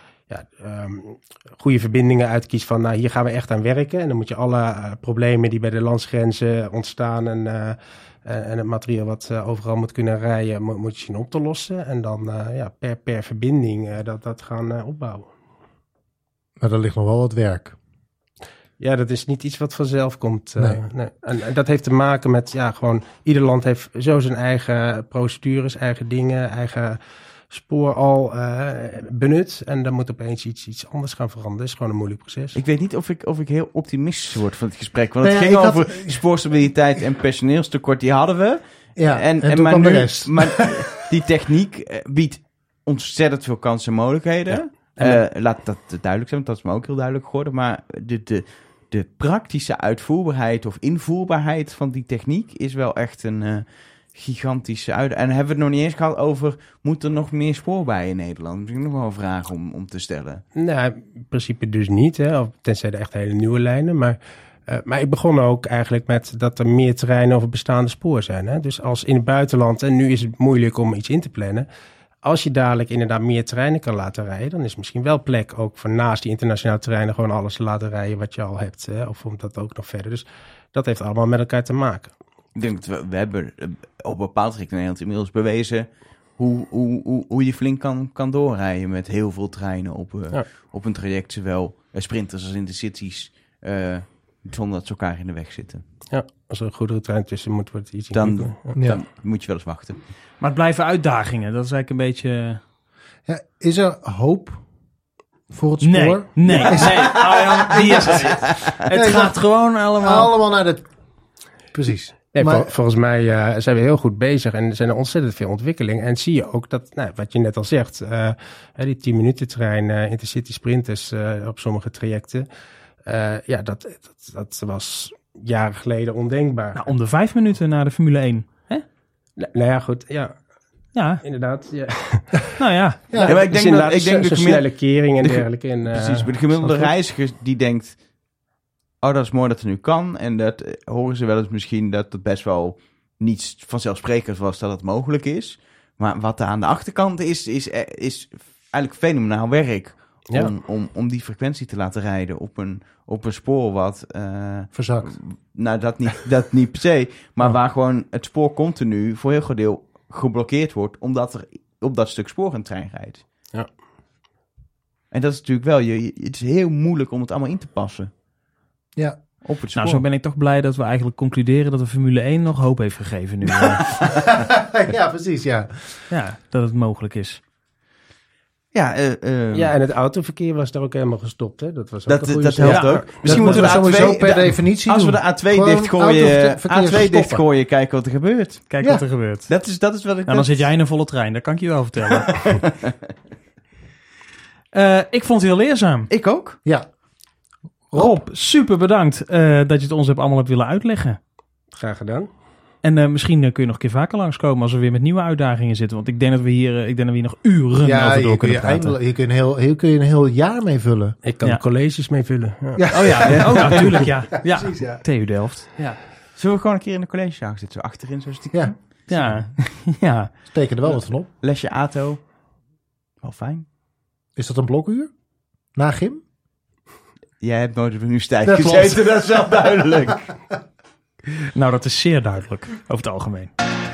goede verbindingen uitkiest van, hier gaan we echt aan werken. En dan moet je alle problemen die bij de landsgrenzen ontstaan en het materiaal wat overal moet kunnen rijden, moet je zien op te lossen. En dan per verbinding dat gaan opbouwen. Maar er ligt nog wel wat werk. Ja, dat is niet iets wat vanzelf komt. Nee. En dat heeft te maken met, gewoon ieder land heeft zo zijn eigen procedures, eigen dingen, eigen spoor al benut. En dan moet opeens iets anders gaan veranderen. Dat is gewoon een moeilijk proces. Ik weet niet of ik heel optimistisch word van het gesprek. Want het ging over spoorstabiliteit en personeelstekort, die hadden we. Ja, en toen maar kwam de rest. Maar die techniek biedt ontzettend veel kansen en mogelijkheden. Laat dat duidelijk zijn, want dat is me ook heel duidelijk geworden. Maar de praktische uitvoerbaarheid of invoerbaarheid van die techniek is wel echt een gigantische uitdaging. En hebben we het nog niet eens gehad over, moet er nog meer spoor bij in Nederland? Misschien nog wel een vraag om te stellen. Nou, in principe dus niet, hè? Tenzij er echt hele nieuwe lijnen. Maar ik begon ook eigenlijk met dat er meer treinen over bestaande spoor zijn. Hè? Dus als in het buitenland, en nu is het moeilijk om iets in te plannen, als je dadelijk inderdaad meer treinen kan laten rijden, dan is er misschien wel plek ook voor naast die internationale treinen gewoon alles te laten rijden wat je al hebt. Hè? Of om dat ook nog verder. Dus dat heeft allemaal met elkaar te maken. Ik denk dat we hebben op bepaalde plekken in Nederland inmiddels bewezen hoe je flink kan doorrijden met heel veel treinen op een traject. Zowel sprinters als intercities, zonder dat ze elkaar in de weg zitten. Ja, als er een goederentrein tussen moet, wordt het iets Dan ingewikkelder. dan moet je wel eens wachten. Maar het blijven uitdagingen. Dat is eigenlijk een beetje... Ja, is er hoop voor het spoor? Nee. Arjan, die is het. Het gaat gewoon Allemaal naar de... Precies. Nee, Maar- volgens mij zijn we heel goed bezig en er zijn er ontzettend veel ontwikkelingen. En zie je ook dat, wat je net al zegt, die 10-minuten trein, intercity sprinters op sommige trajecten, dat was jaren geleden ondenkbaar. om de 5 minuten naar de Formule 1. Hè? Nou ja, goed, ja, Ja, inderdaad. Ja. nou ja. Ja, maar ik Dus denk inderdaad dat zo'n snelle kering en dergelijke. En, precies, maar de gemiddelde Zandvoort. reiziger die denkt, dat is mooi dat het nu kan. En dat horen ze wel eens misschien dat het best wel niet vanzelfsprekend was dat het mogelijk is. Maar wat er aan de achterkant is eigenlijk fenomenaal werk. Om die frequentie te laten rijden op een spoor wat... Verzakt. Nou, dat niet per se. Maar waar gewoon het spoor continu voor heel groot deel geblokkeerd wordt, omdat er op dat stuk spoor een trein rijdt. Ja. En dat is natuurlijk wel... het is heel moeilijk om het allemaal in te passen. Ja. Op het spoor. Nou, zo ben ik toch blij dat we eigenlijk concluderen dat de Formule 1 nog hoop heeft gegeven nu. Ja, precies, ja. Ja, dat het mogelijk is. Ja, Ja, en het autoverkeer was daar ook helemaal gestopt. Hè? Dat was ook een goede dat zaak. helpt Ja. ook. Misschien dat moeten we sowieso A2 per definitie als we doen. de A2 Gewoon dichtgooien, autoverkeer A2 stoppen. dichtgooien, kijken wat er gebeurt. Kijk Ja. wat er gebeurt. Dat is wat ik... Nou, dan zit jij in een volle trein, dat kan ik je wel vertellen. Ik vond het heel leerzaam. Ik ook. Ja. Rob, super bedankt dat je het ons allemaal hebt willen uitleggen. Graag gedaan. En misschien kun je nog een keer vaker langskomen als we weer met nieuwe uitdagingen zitten. Want ik denk dat we hier, nog uren Ja, over door hier kun kunnen je, praten. hier kun je een heel jaar mee vullen. Ik kan Ja. colleges mee vullen. Ja. Ja. Oh ja, oh, natuurlijk, ja. Ja, Precies, ja. TU Delft. Ja. Zullen we gewoon een keer in de collegezaal zitten? Zo achterin, zo stiekem. Ja. Ja, ja. Steken er wel wat van op. Lesje ATO. Wel fijn. Is dat een blokuur? Na gym? Jij hebt nooit op de universiteit Dat klopt. gezeten, dat is wel duidelijk. Nou, dat is zeer duidelijk, over het algemeen.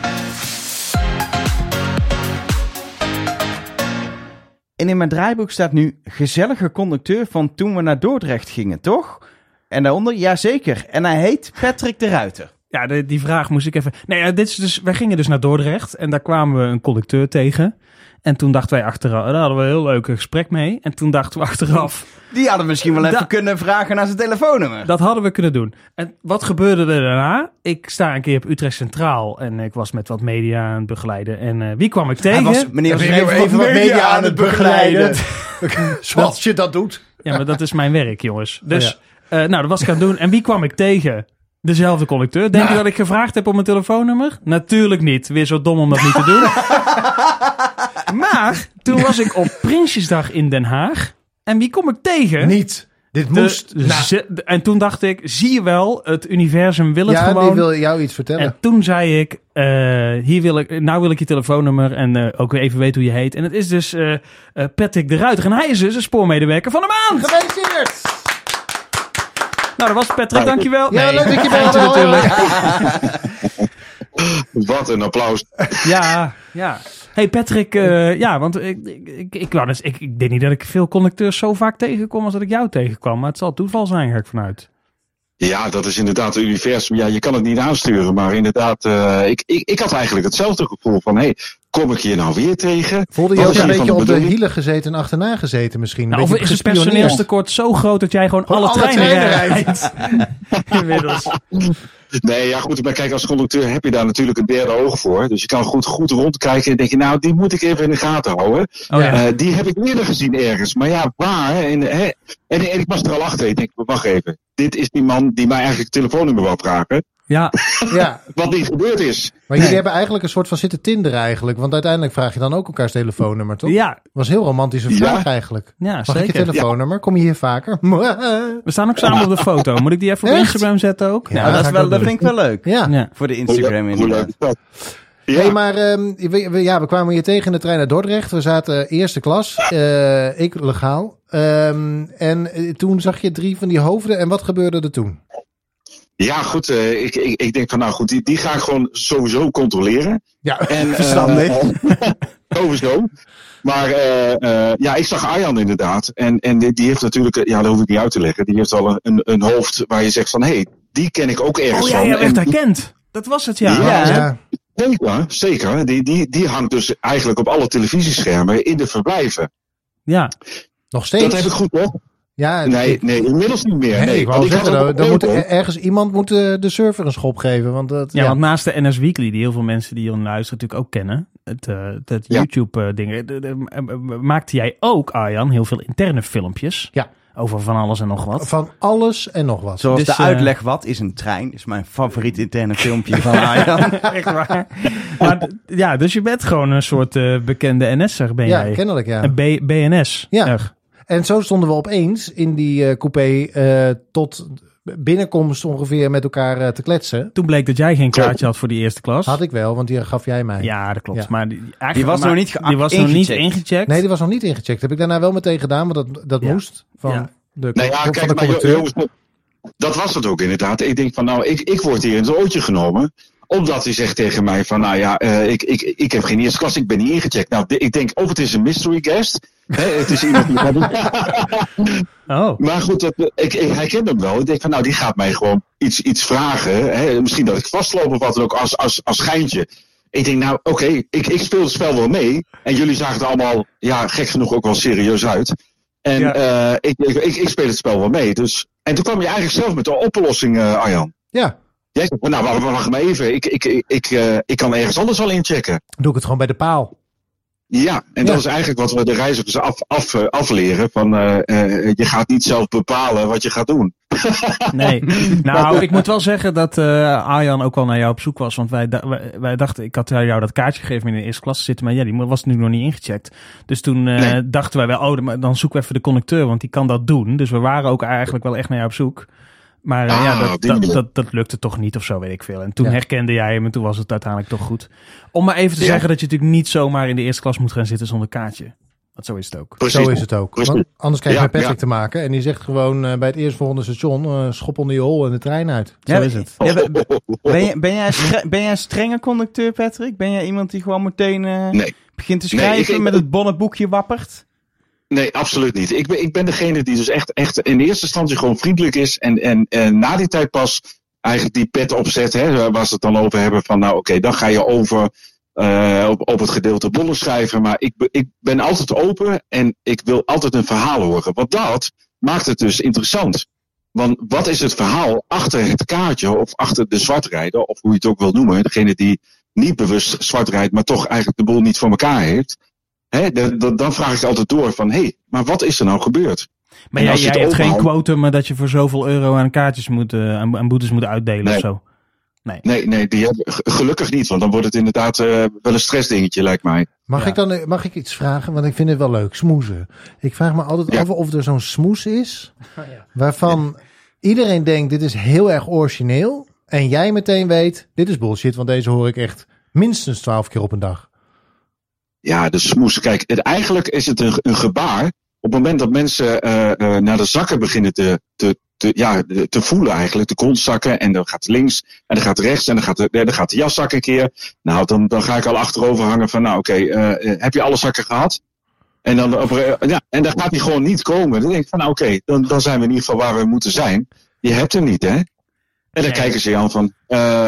En in mijn draaiboek staat nu gezellige conducteur van toen we naar Dordrecht gingen, toch? En daaronder, jazeker. En hij heet Patrick de Ruiter. Ja, die vraag moest ik even... Nee, wij gingen dus naar Dordrecht en daar kwamen we een conducteur tegen. En toen dachten wij achteraf, daar hadden we een heel leuk gesprek mee. En toen dachten we achteraf... Die hadden misschien wel even kunnen vragen naar zijn telefoonnummer. Dat hadden we kunnen doen. En wat gebeurde er daarna? Ik sta een keer op Utrecht Centraal en ik was met wat media aan het begeleiden. En wie kwam ik tegen? Meneer was even wat media aan het begeleiden. Zoals je dat doet. Ja, maar dat is mijn werk, jongens. Dus, dat was ik aan het doen. En wie kwam ik tegen? Dezelfde conducteur. Denk je dat ik gevraagd heb om mijn telefoonnummer? Natuurlijk niet. Weer zo dom om dat niet te doen. Maar toen was ik op Prinsjesdag in Den Haag. En wie kom ik tegen? Niet. Dit moest. En toen dacht ik, zie je wel, het universum wil het gewoon. Ja, die wil jou iets vertellen. En toen zei ik, nou wil ik je telefoonummer en ook weer even weten hoe je heet. En het is dus Patrick de Ruiter. En hij is dus een spoormedewerker van de maand. Gefeliciteerd! Nou, dat was Patrick, dankjewel. Ja, Nee, leuk dat je geintje bent. natuurlijk. Wat een applaus. Ja. Hey Patrick, want ik denk niet dat ik veel conducteurs zo vaak tegenkom als dat ik jou tegenkwam. Maar het zal toeval zijn, ga ik vanuit. Ja, dat is inderdaad het universum. Ja, je kan het niet aansturen, maar inderdaad, ik had eigenlijk hetzelfde gevoel van, kom ik hier nou weer tegen? Voelde je Wat ook is een hier beetje van op de de bedoeling? hielen gezeten en achterna gezeten misschien? Nou, of is het personeelstekort zo groot dat jij gewoon alle treinen rijdt? Inmiddels. Nee, ja goed, maar kijk, als conducteur heb je daar natuurlijk een derde oog voor. Dus je kan goed rondkijken en denk je, nou, die moet ik even in de gaten houden. Oh, ja. Die heb ik eerder gezien ergens. Maar ja, waar? En ik was er al achter. Ik denk, wacht even. Dit is die man die mij eigenlijk het telefoonnummer wou vragen. Ja. Ja, Wat niet gebeurd is. maar jullie hebben eigenlijk een soort van zitten Tinderen eigenlijk. Want uiteindelijk vraag je dan ook elkaars telefoonnummer, toch? Ja, Was een heel romantische vraag eigenlijk. ja, Mag ik je zeker. telefoonnummer? Kom je hier vaker? We staan ook samen op de foto. Moet ik die even op Echt? Instagram zetten ook? Ja, Nou, dat ga ik ook dat doen. vind ik wel leuk. Ja. Ja. Voor de Instagram Hoe inderdaad. leuk is dat? Ja. Nee, maar we kwamen hier tegen in de trein naar Dordrecht. We zaten eerste klas. Ik legaal. En toen zag je 3 van die hoofden. En wat gebeurde er toen? Ja, goed. Ik denk van, nou goed, die ga ik gewoon sowieso controleren. Ja, En, Verstandig. Sowieso. Maar ik zag Arjan inderdaad. En die heeft natuurlijk, dat hoef ik niet uit te leggen. Die heeft al een hoofd waar je zegt van, die ken ik ook ergens Oh ja, van. je hebt echt En herkend. Dat was het, ja. Ja. zeker. Die hangt dus eigenlijk op alle televisieschermen in de verblijven. Ja. nog steeds. Dat heb ik goed, hoor. Ja, Nee, inmiddels niet meer. Nee, Nee, ik wou want ik zeggen, had het dan ook moet open. iemand moet de server een schop geven. Want dat, Ja, want naast de NS Weekly, die heel veel mensen die hier luisteren natuurlijk ook kennen, het Ja. YouTube-ding, maakte jij ook, Arjan, heel veel interne filmpjes. Ja. Over van alles en nog wat. Van alles en nog wat. Zoals Dus, de uitleg wat is een trein. Is mijn favoriet interne filmpje van Arjan. Echt waar. Maar, dus je bent gewoon een soort bekende NS'er, ben Ja, jij. kennelijk ja. Een BNS. Ja. En zo stonden we opeens in die coupé tot binnenkomst ongeveer met elkaar te kletsen. Toen bleek dat jij geen kaartje had voor die eerste klas. Had ik wel, want die gaf jij mij. Ja, dat klopt. Ja. Maar Die was nog niet die was nog niet ingecheckt. ingecheckt. Nee, die was nog niet ingecheckt. Heb ik daarna wel meteen gedaan, want dat Ja. moest van Ja. de, Nou ja, van kijk, de maar conducteur. jongens, dat was het ook inderdaad. Ik denk van, nou, ik word hier in het ootje genomen. Omdat hij zegt tegen mij van, nou ja, ik heb geen eerste klas, ik ben niet ingecheckt. Nou, ik denk, of het is een mystery guest. Het is iemand die... Oh. Maar goed, ik herken hem wel. Ik denk van, nou, die gaat mij gewoon iets vragen. Hè? Misschien dat ik vastloop of wat dan ook, als geintje. Ik denk, nou, oké, ik speel het spel wel mee. En jullie zagen er allemaal, gek genoeg ook wel serieus uit. En ik speel het spel wel mee. Dus, en toen kwam je eigenlijk zelf met de oplossing, Arjan. Ja, Jij zegt, nou, wacht maar even. Ik kan ergens anders wel inchecken. doe ik het gewoon bij de paal. Ja, en dat is eigenlijk wat we de reizigers afleren. Van, je gaat niet zelf bepalen wat je gaat doen. Nee. Nou, ik moet wel zeggen dat Arjan ook wel naar jou op zoek was. Want wij dachten, ik had jou dat kaartje gegeven in de eerste klas zitten. Maar ja, die was nu nog niet ingecheckt. Dus toen dachten wij wel, dan zoeken we even de conducteur. Want die kan dat doen. Dus we waren ook eigenlijk wel echt naar jou op zoek. Maar dat lukte toch niet of zo, weet ik veel. En toen herkende jij hem en toen was het uiteindelijk toch goed. Om maar even te zeggen dat je natuurlijk niet zomaar in de eerste klas moet gaan zitten zonder kaartje. Want zo is het ook. Precies. Zo is het ook. Precies. Want anders krijg je Ja, met Patrick ja. te maken. En die zegt gewoon bij het eerstvolgende station, schop onder je hol en de trein uit. Zo is het. Ja, ben jij een strenge conducteur, Patrick? Ben jij iemand die gewoon meteen Nee. begint te Nee, schrijven ik- met het bonnetboekje wappert? Nee, absoluut niet. Ik ben degene die dus echt in eerste instantie gewoon vriendelijk is. En na die tijd pas eigenlijk die pet opzet. Hè, waar ze het dan over hebben van, nou oké, dan ga je over op het gedeelte bollen schrijven. Maar ik ben altijd open en ik wil altijd een verhaal horen. Want dat maakt het dus interessant. Want wat is het verhaal achter het kaartje of achter de zwartrijder, of hoe je het ook wil noemen, degene die niet bewust zwart rijdt, maar toch eigenlijk de boel niet voor elkaar heeft. Dan vraag ik altijd door van, maar wat is er nou gebeurd? Maar jij hebt geen quotum, maar dat je voor zoveel euro aan kaartjes aan boetes moet uitdelen of zo? Nee, die hebben gelukkig niet, want dan wordt het inderdaad wel een stressdingetje, lijkt mij. Mag ik iets vragen? Want ik vind het wel leuk, smoezen. Ik vraag me altijd af of er zo'n smoes is, waarvan iedereen denkt, dit is heel erg origineel. En jij meteen weet, dit is bullshit, want deze hoor ik echt minstens 12 keer op een dag. Ja, de smoes. Kijk, eigenlijk is het een gebaar. Op het moment dat mensen naar de zakken beginnen te voelen eigenlijk, de grondzakken, en dan gaat links, en dan gaat rechts, en dan gaat de jaszak een keer. Nou, dan ga ik al achterover hangen van, heb je alle zakken gehad? En dan gaat hij gewoon niet komen. Dan denk ik van, dan zijn we in ieder geval waar we moeten zijn. Je hebt hem niet, hè? En dan kijken ze je aan van,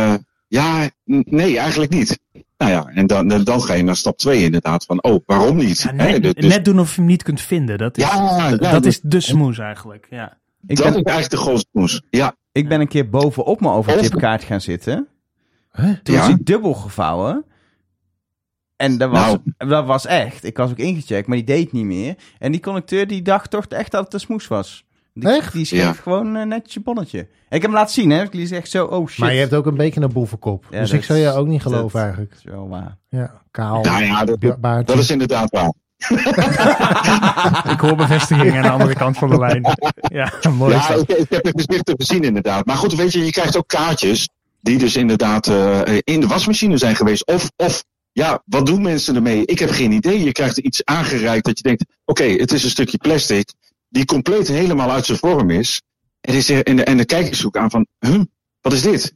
nee, eigenlijk niet. Nou ja, en dan ga je naar stap 2 inderdaad van, waarom niet? Ja, net doen of je hem niet kunt vinden. Dat is de smoes eigenlijk, ja. Dat is eigenlijk de grootste smoes, ja. Ik ben een keer bovenop mijn overchipkaart gaan zitten. Toen was hij dubbel gevouwen. En dat was echt. Ik was ook ingecheckt, maar die deed het niet meer. En die conducteur die dacht toch echt dat het een smoes was. Die schreef gewoon netjes een bonnetje. En ik heb hem laten zien, hè. Die is echt zo, oh shit. Maar je hebt ook een beetje een boevenkop. Ja, dus ik zou je ook niet geloven eigenlijk. Dat is wel waar. Ja, kaal. Dat is inderdaad waar. Ik hoor bevestiging aan de andere kant van de lijn. Ja, mooi. Ja, ik heb het gezicht gezien inderdaad. Maar goed, weet je krijgt ook kaartjes die dus inderdaad in de wasmachine zijn geweest. Of wat doen mensen ermee? Ik heb geen idee. Je krijgt er iets aangereikt dat je denkt, het is een stukje plastic die compleet helemaal uit zijn vorm is. En dan kijk je zoek aan van, wat is dit?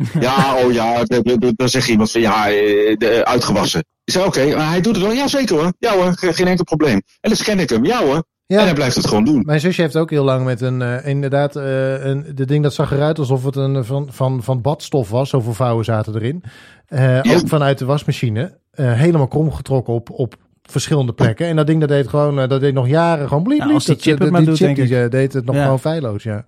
Dan zegt iemand van, uitgewassen. Ik zeg, maar hij doet het wel. Ja, zeker hoor. Ja hoor, geen enkel probleem. En dan scan ik hem. Ja hoor. Ja. En hij blijft het gewoon doen. Mijn zusje heeft ook heel lang met de ding dat zag eruit alsof het van badstof was. Zoveel vouwen zaten erin. Ook vanuit de wasmachine. Helemaal krom getrokken op verschillende plekken. En dat ding dat deed nog jaren gewoon bliep. Als die chip het maar doet, denk ik. Deed het nog gewoon feilloos, ja.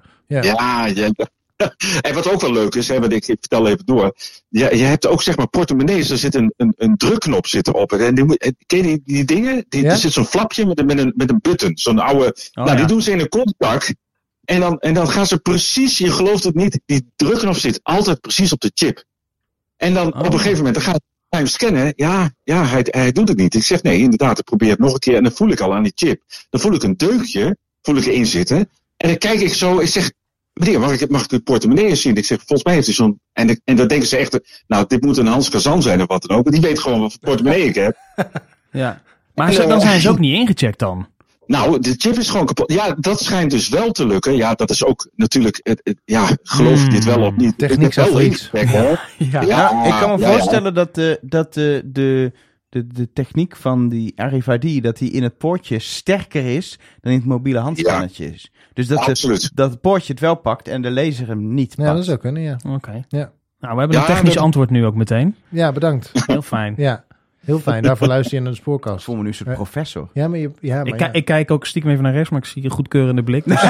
En wat ook wel leuk is, want ik vertel even door. Je hebt ook zeg maar portemonnees, er zit een drukknop zit erop. En ken je die dingen? Er zit zo'n flapje met een button. Zo'n oude. Die doen ze in een contact. En dan gaan ze precies, je gelooft het niet, die drukknop zit altijd precies op de chip. En dan op een gegeven moment, dan gaat hij hem scannen. Hij doet het niet. Ik zeg nee, inderdaad, ik probeer het nog een keer. En dan voel ik al aan die chip. Dan voel ik een deukje, erin zitten. En dan kijk ik zo, ik zeg, meneer, mag ik uw portemonnee eens zien? Ik zeg, volgens mij heeft hij zo'n. En dan denken ze echt, dit moet een Hans Kazan zijn of wat dan ook. Maar die weet gewoon wat voor portemonnee ik heb. Ja. Maar dan zijn ze ook niet ingecheckt dan? Nou, de chip is gewoon kapot. Ja, dat schijnt dus wel te lukken. Ja, dat is ook natuurlijk, geloof je dit wel of niet? Techniek zo iets. Ik kan me voorstellen dat de techniek van die RFID, dat die in het poortje sterker is dan in het mobiele handscannertje is. Dus dat het poortje het wel pakt en de laser hem niet pakt. Ja, dat zou kunnen, ja. Oké. Ja. Nou, we hebben een technisch antwoord nu ook meteen. Ja, bedankt. Heel fijn. Ja, heel fijn. Daarvoor luister je naar de spoorkast. Ik voel me nu zo'n professor. Ja, maar ik kijk ook stiekem even naar rechts, maar ik zie een goedkeurende blik. Dus...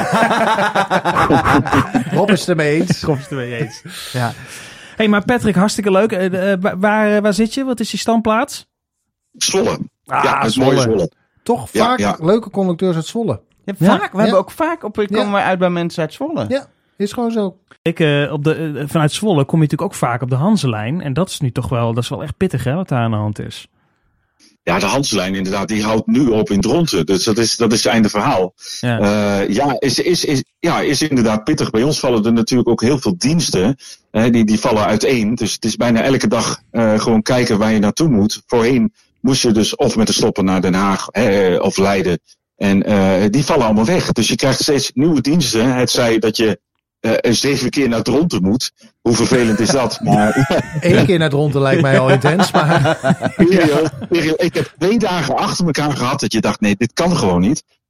Rob is het ermee eens. Ja. Hey, maar Patrick, hartstikke leuk. Waar zit je? Wat is je standplaats? Zwolle. Dat is mooi Zwolle. Toch vaak leuke conducteurs uit Zwolle. Ja, vaak. We hebben ook vaak komen wij uit bij mensen uit Zwolle. Ja, is gewoon zo. Vanuit Zwolle kom je natuurlijk ook vaak op de Hanselijn. En dat is nu toch wel, dat is wel echt pittig, hè, wat daar aan de hand is. Ja, de Hanselijn inderdaad, die houdt nu op in Dronten. Dus dat is het einde verhaal. Ja. Is inderdaad pittig. Bij ons vallen er natuurlijk ook heel veel diensten. Die vallen uiteen. Dus het is bijna elke dag gewoon kijken waar je naartoe moet. Voorheen moest je dus of met de stoppen naar Den Haag of Leiden. En die vallen allemaal weg. Dus je krijgt steeds nieuwe diensten. Het zij dat je 7 keer naar Dronten moet. Hoe vervelend is dat? Maar 1 keer naar Dronten lijkt mij al intens. Maar ik heb 2 dagen achter elkaar gehad dat je dacht, nee, dit kan gewoon niet.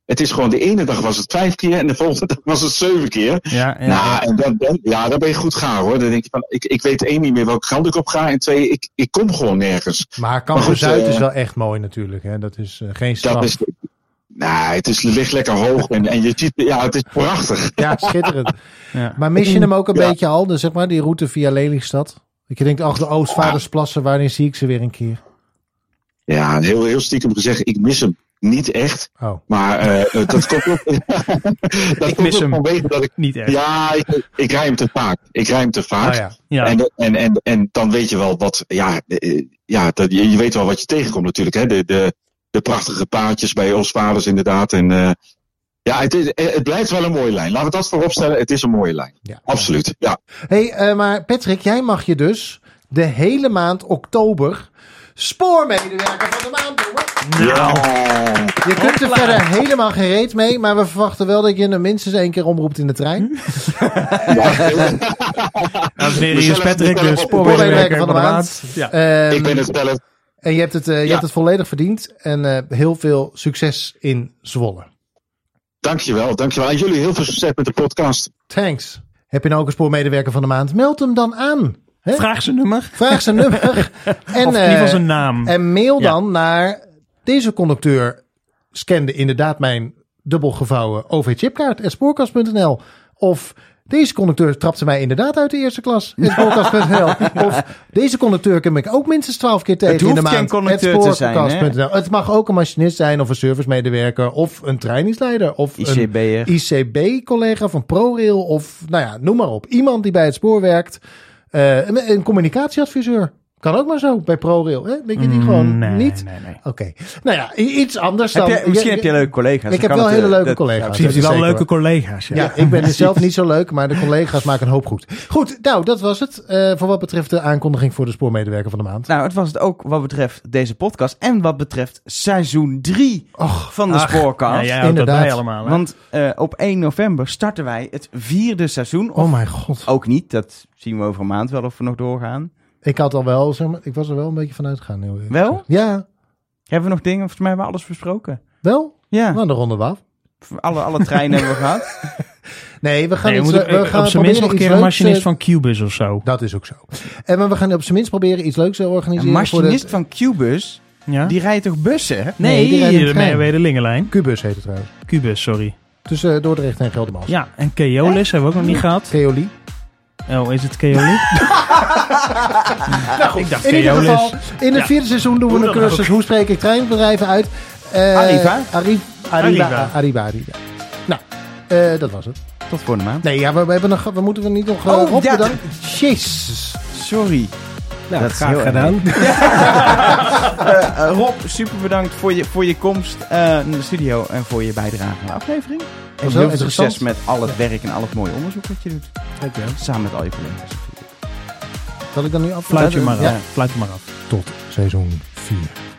Het is gewoon, de ene dag was het 5 keer en de volgende dag was het 7 keer. Ja. En dan ben je goed gaar hoor. Dan denk je van, ik weet 1 niet meer welke kant ik op ga. En 2, ik kom gewoon nergens. Maar Kampen Zuid is wel echt mooi natuurlijk. Hè? Dat is geen straf. Het ligt lekker hoog en je ziet, het is prachtig. Ja, schitterend. Ja. Maar mis je hem ook een beetje al? Dus zeg maar die route via Lelystad? Dat je denkt, ach, de Oostvaardersplassen, wanneer zie ik ze weer een keer? Ja, heel stiekem gezegd, ik mis hem niet echt. Oh. Maar dat komt ook. Ik mis hem vanwege dat ik niet echt. Ja, ik rij hem te vaak. Oh, ja. Ja. En dan weet je wel wat. Je weet wel wat je tegenkomt natuurlijk. Hè? De prachtige paadjes bij Oostvaarders inderdaad. En het blijft wel een mooie lijn. Laten we dat voorop stellen. Het is een mooie lijn. Ja. Absoluut. Ja. Hey, maar Patrick, jij mag je dus de hele maand oktober spoormedewerker van de maand doen. Ja. Je kunt er verder helemaal geen reet mee, maar we verwachten wel dat je hem minstens 1 keer omroept in de trein. Dames en heren, hier is Patrick, de spoormedewerker van de maand. Ja. Ik ben het zelf. En je hebt het volledig verdiend en heel veel succes in Zwolle. Dankjewel. En jullie heel veel succes met de podcast. Thanks. Heb je nou ook een spoormedewerker van de maand? Meld hem dan aan. Hè? Vraag zijn nummer. En, of in ieder geval zijn naam. En mail dan naar deze conducteur scande inderdaad mijn dubbelgevouwen OV-chipkaart @spoorkast.nl of deze conducteur trapte mij inderdaad uit de eerste klas @spoorkast.nl of deze conducteur kom ik ook minstens 12 keer tegen in de maand @spoorkast.nl. Het mag ook een machinist zijn of een servicemedewerker of een trainingsleider of ICB'er. een ICB-collega van ProRail of noem maar op. Iemand die bij het spoor werkt. Een communicatieadviseur. Kan ook maar zo bij ProRail. Hè? Denk je die gewoon niet? Nee. Oké. Nou ja, iets anders dan... Misschien heb je leuke collega's. Ik heb wel hele leuke collega's. Misschien heeft hij wel leuke collega's. Ja, ik ben dus zelf niet zo leuk, maar de collega's maken een hoop goed. Goed, nou, dat was het. Voor wat betreft de aankondiging voor de spoormedewerker van de maand. Nou, het was het ook wat betreft deze podcast. En wat betreft seizoen 3 van de Spoorkast. Ja, jij houdt dat bij allemaal. Hè? Want op 1 november starten wij het 4e seizoen. Oh mijn god. Ook niet, dat zien we over een maand wel of we nog doorgaan. Ik had al wel, zeg maar, ik was er wel een beetje van uitgegaan. Wel? Ja. Hebben we nog dingen? Volgens mij hebben we alles besproken. Wel? Ja. Nou, de ronde af. Alle treinen hebben we gehad. Nee, we gaan op zijn minst nog een keer een machinist van Qbus of zo. Dat is ook zo. En we gaan op zijn minst proberen iets leuks te organiseren. Een machinist van Qbus, die rijdt toch bussen? Hè? Nee, die rijdt de Merwede-Lingelijn. Qbus heet het trouwens. Qbus, sorry. Tussen Dordrecht en Geldermalsen. Ja, en Keolis hebben we ook nog niet gehad. Keoli. Oh, is het Keoli? Nou goed, ik dacht in ieder Keolis. geval, in het 4e seizoen doen we een cursus Hoe spreek ik treinbedrijven uit. Arriva. Nou, dat was het. Tot volgende maand. Nee, ja, we moeten niet nog Rob bedanken. Jezus. Sorry. Nou, dat is graag heel gedaan. Rob, super bedankt voor je komst naar de studio en voor je bijdrage aan de aflevering. En heel veel succes met al het werk en al het mooie onderzoek dat je doet. Dankjewel. Samen met al je collega's. Zal ik dan nu af? Fluit je maar af. Tot seizoen 4.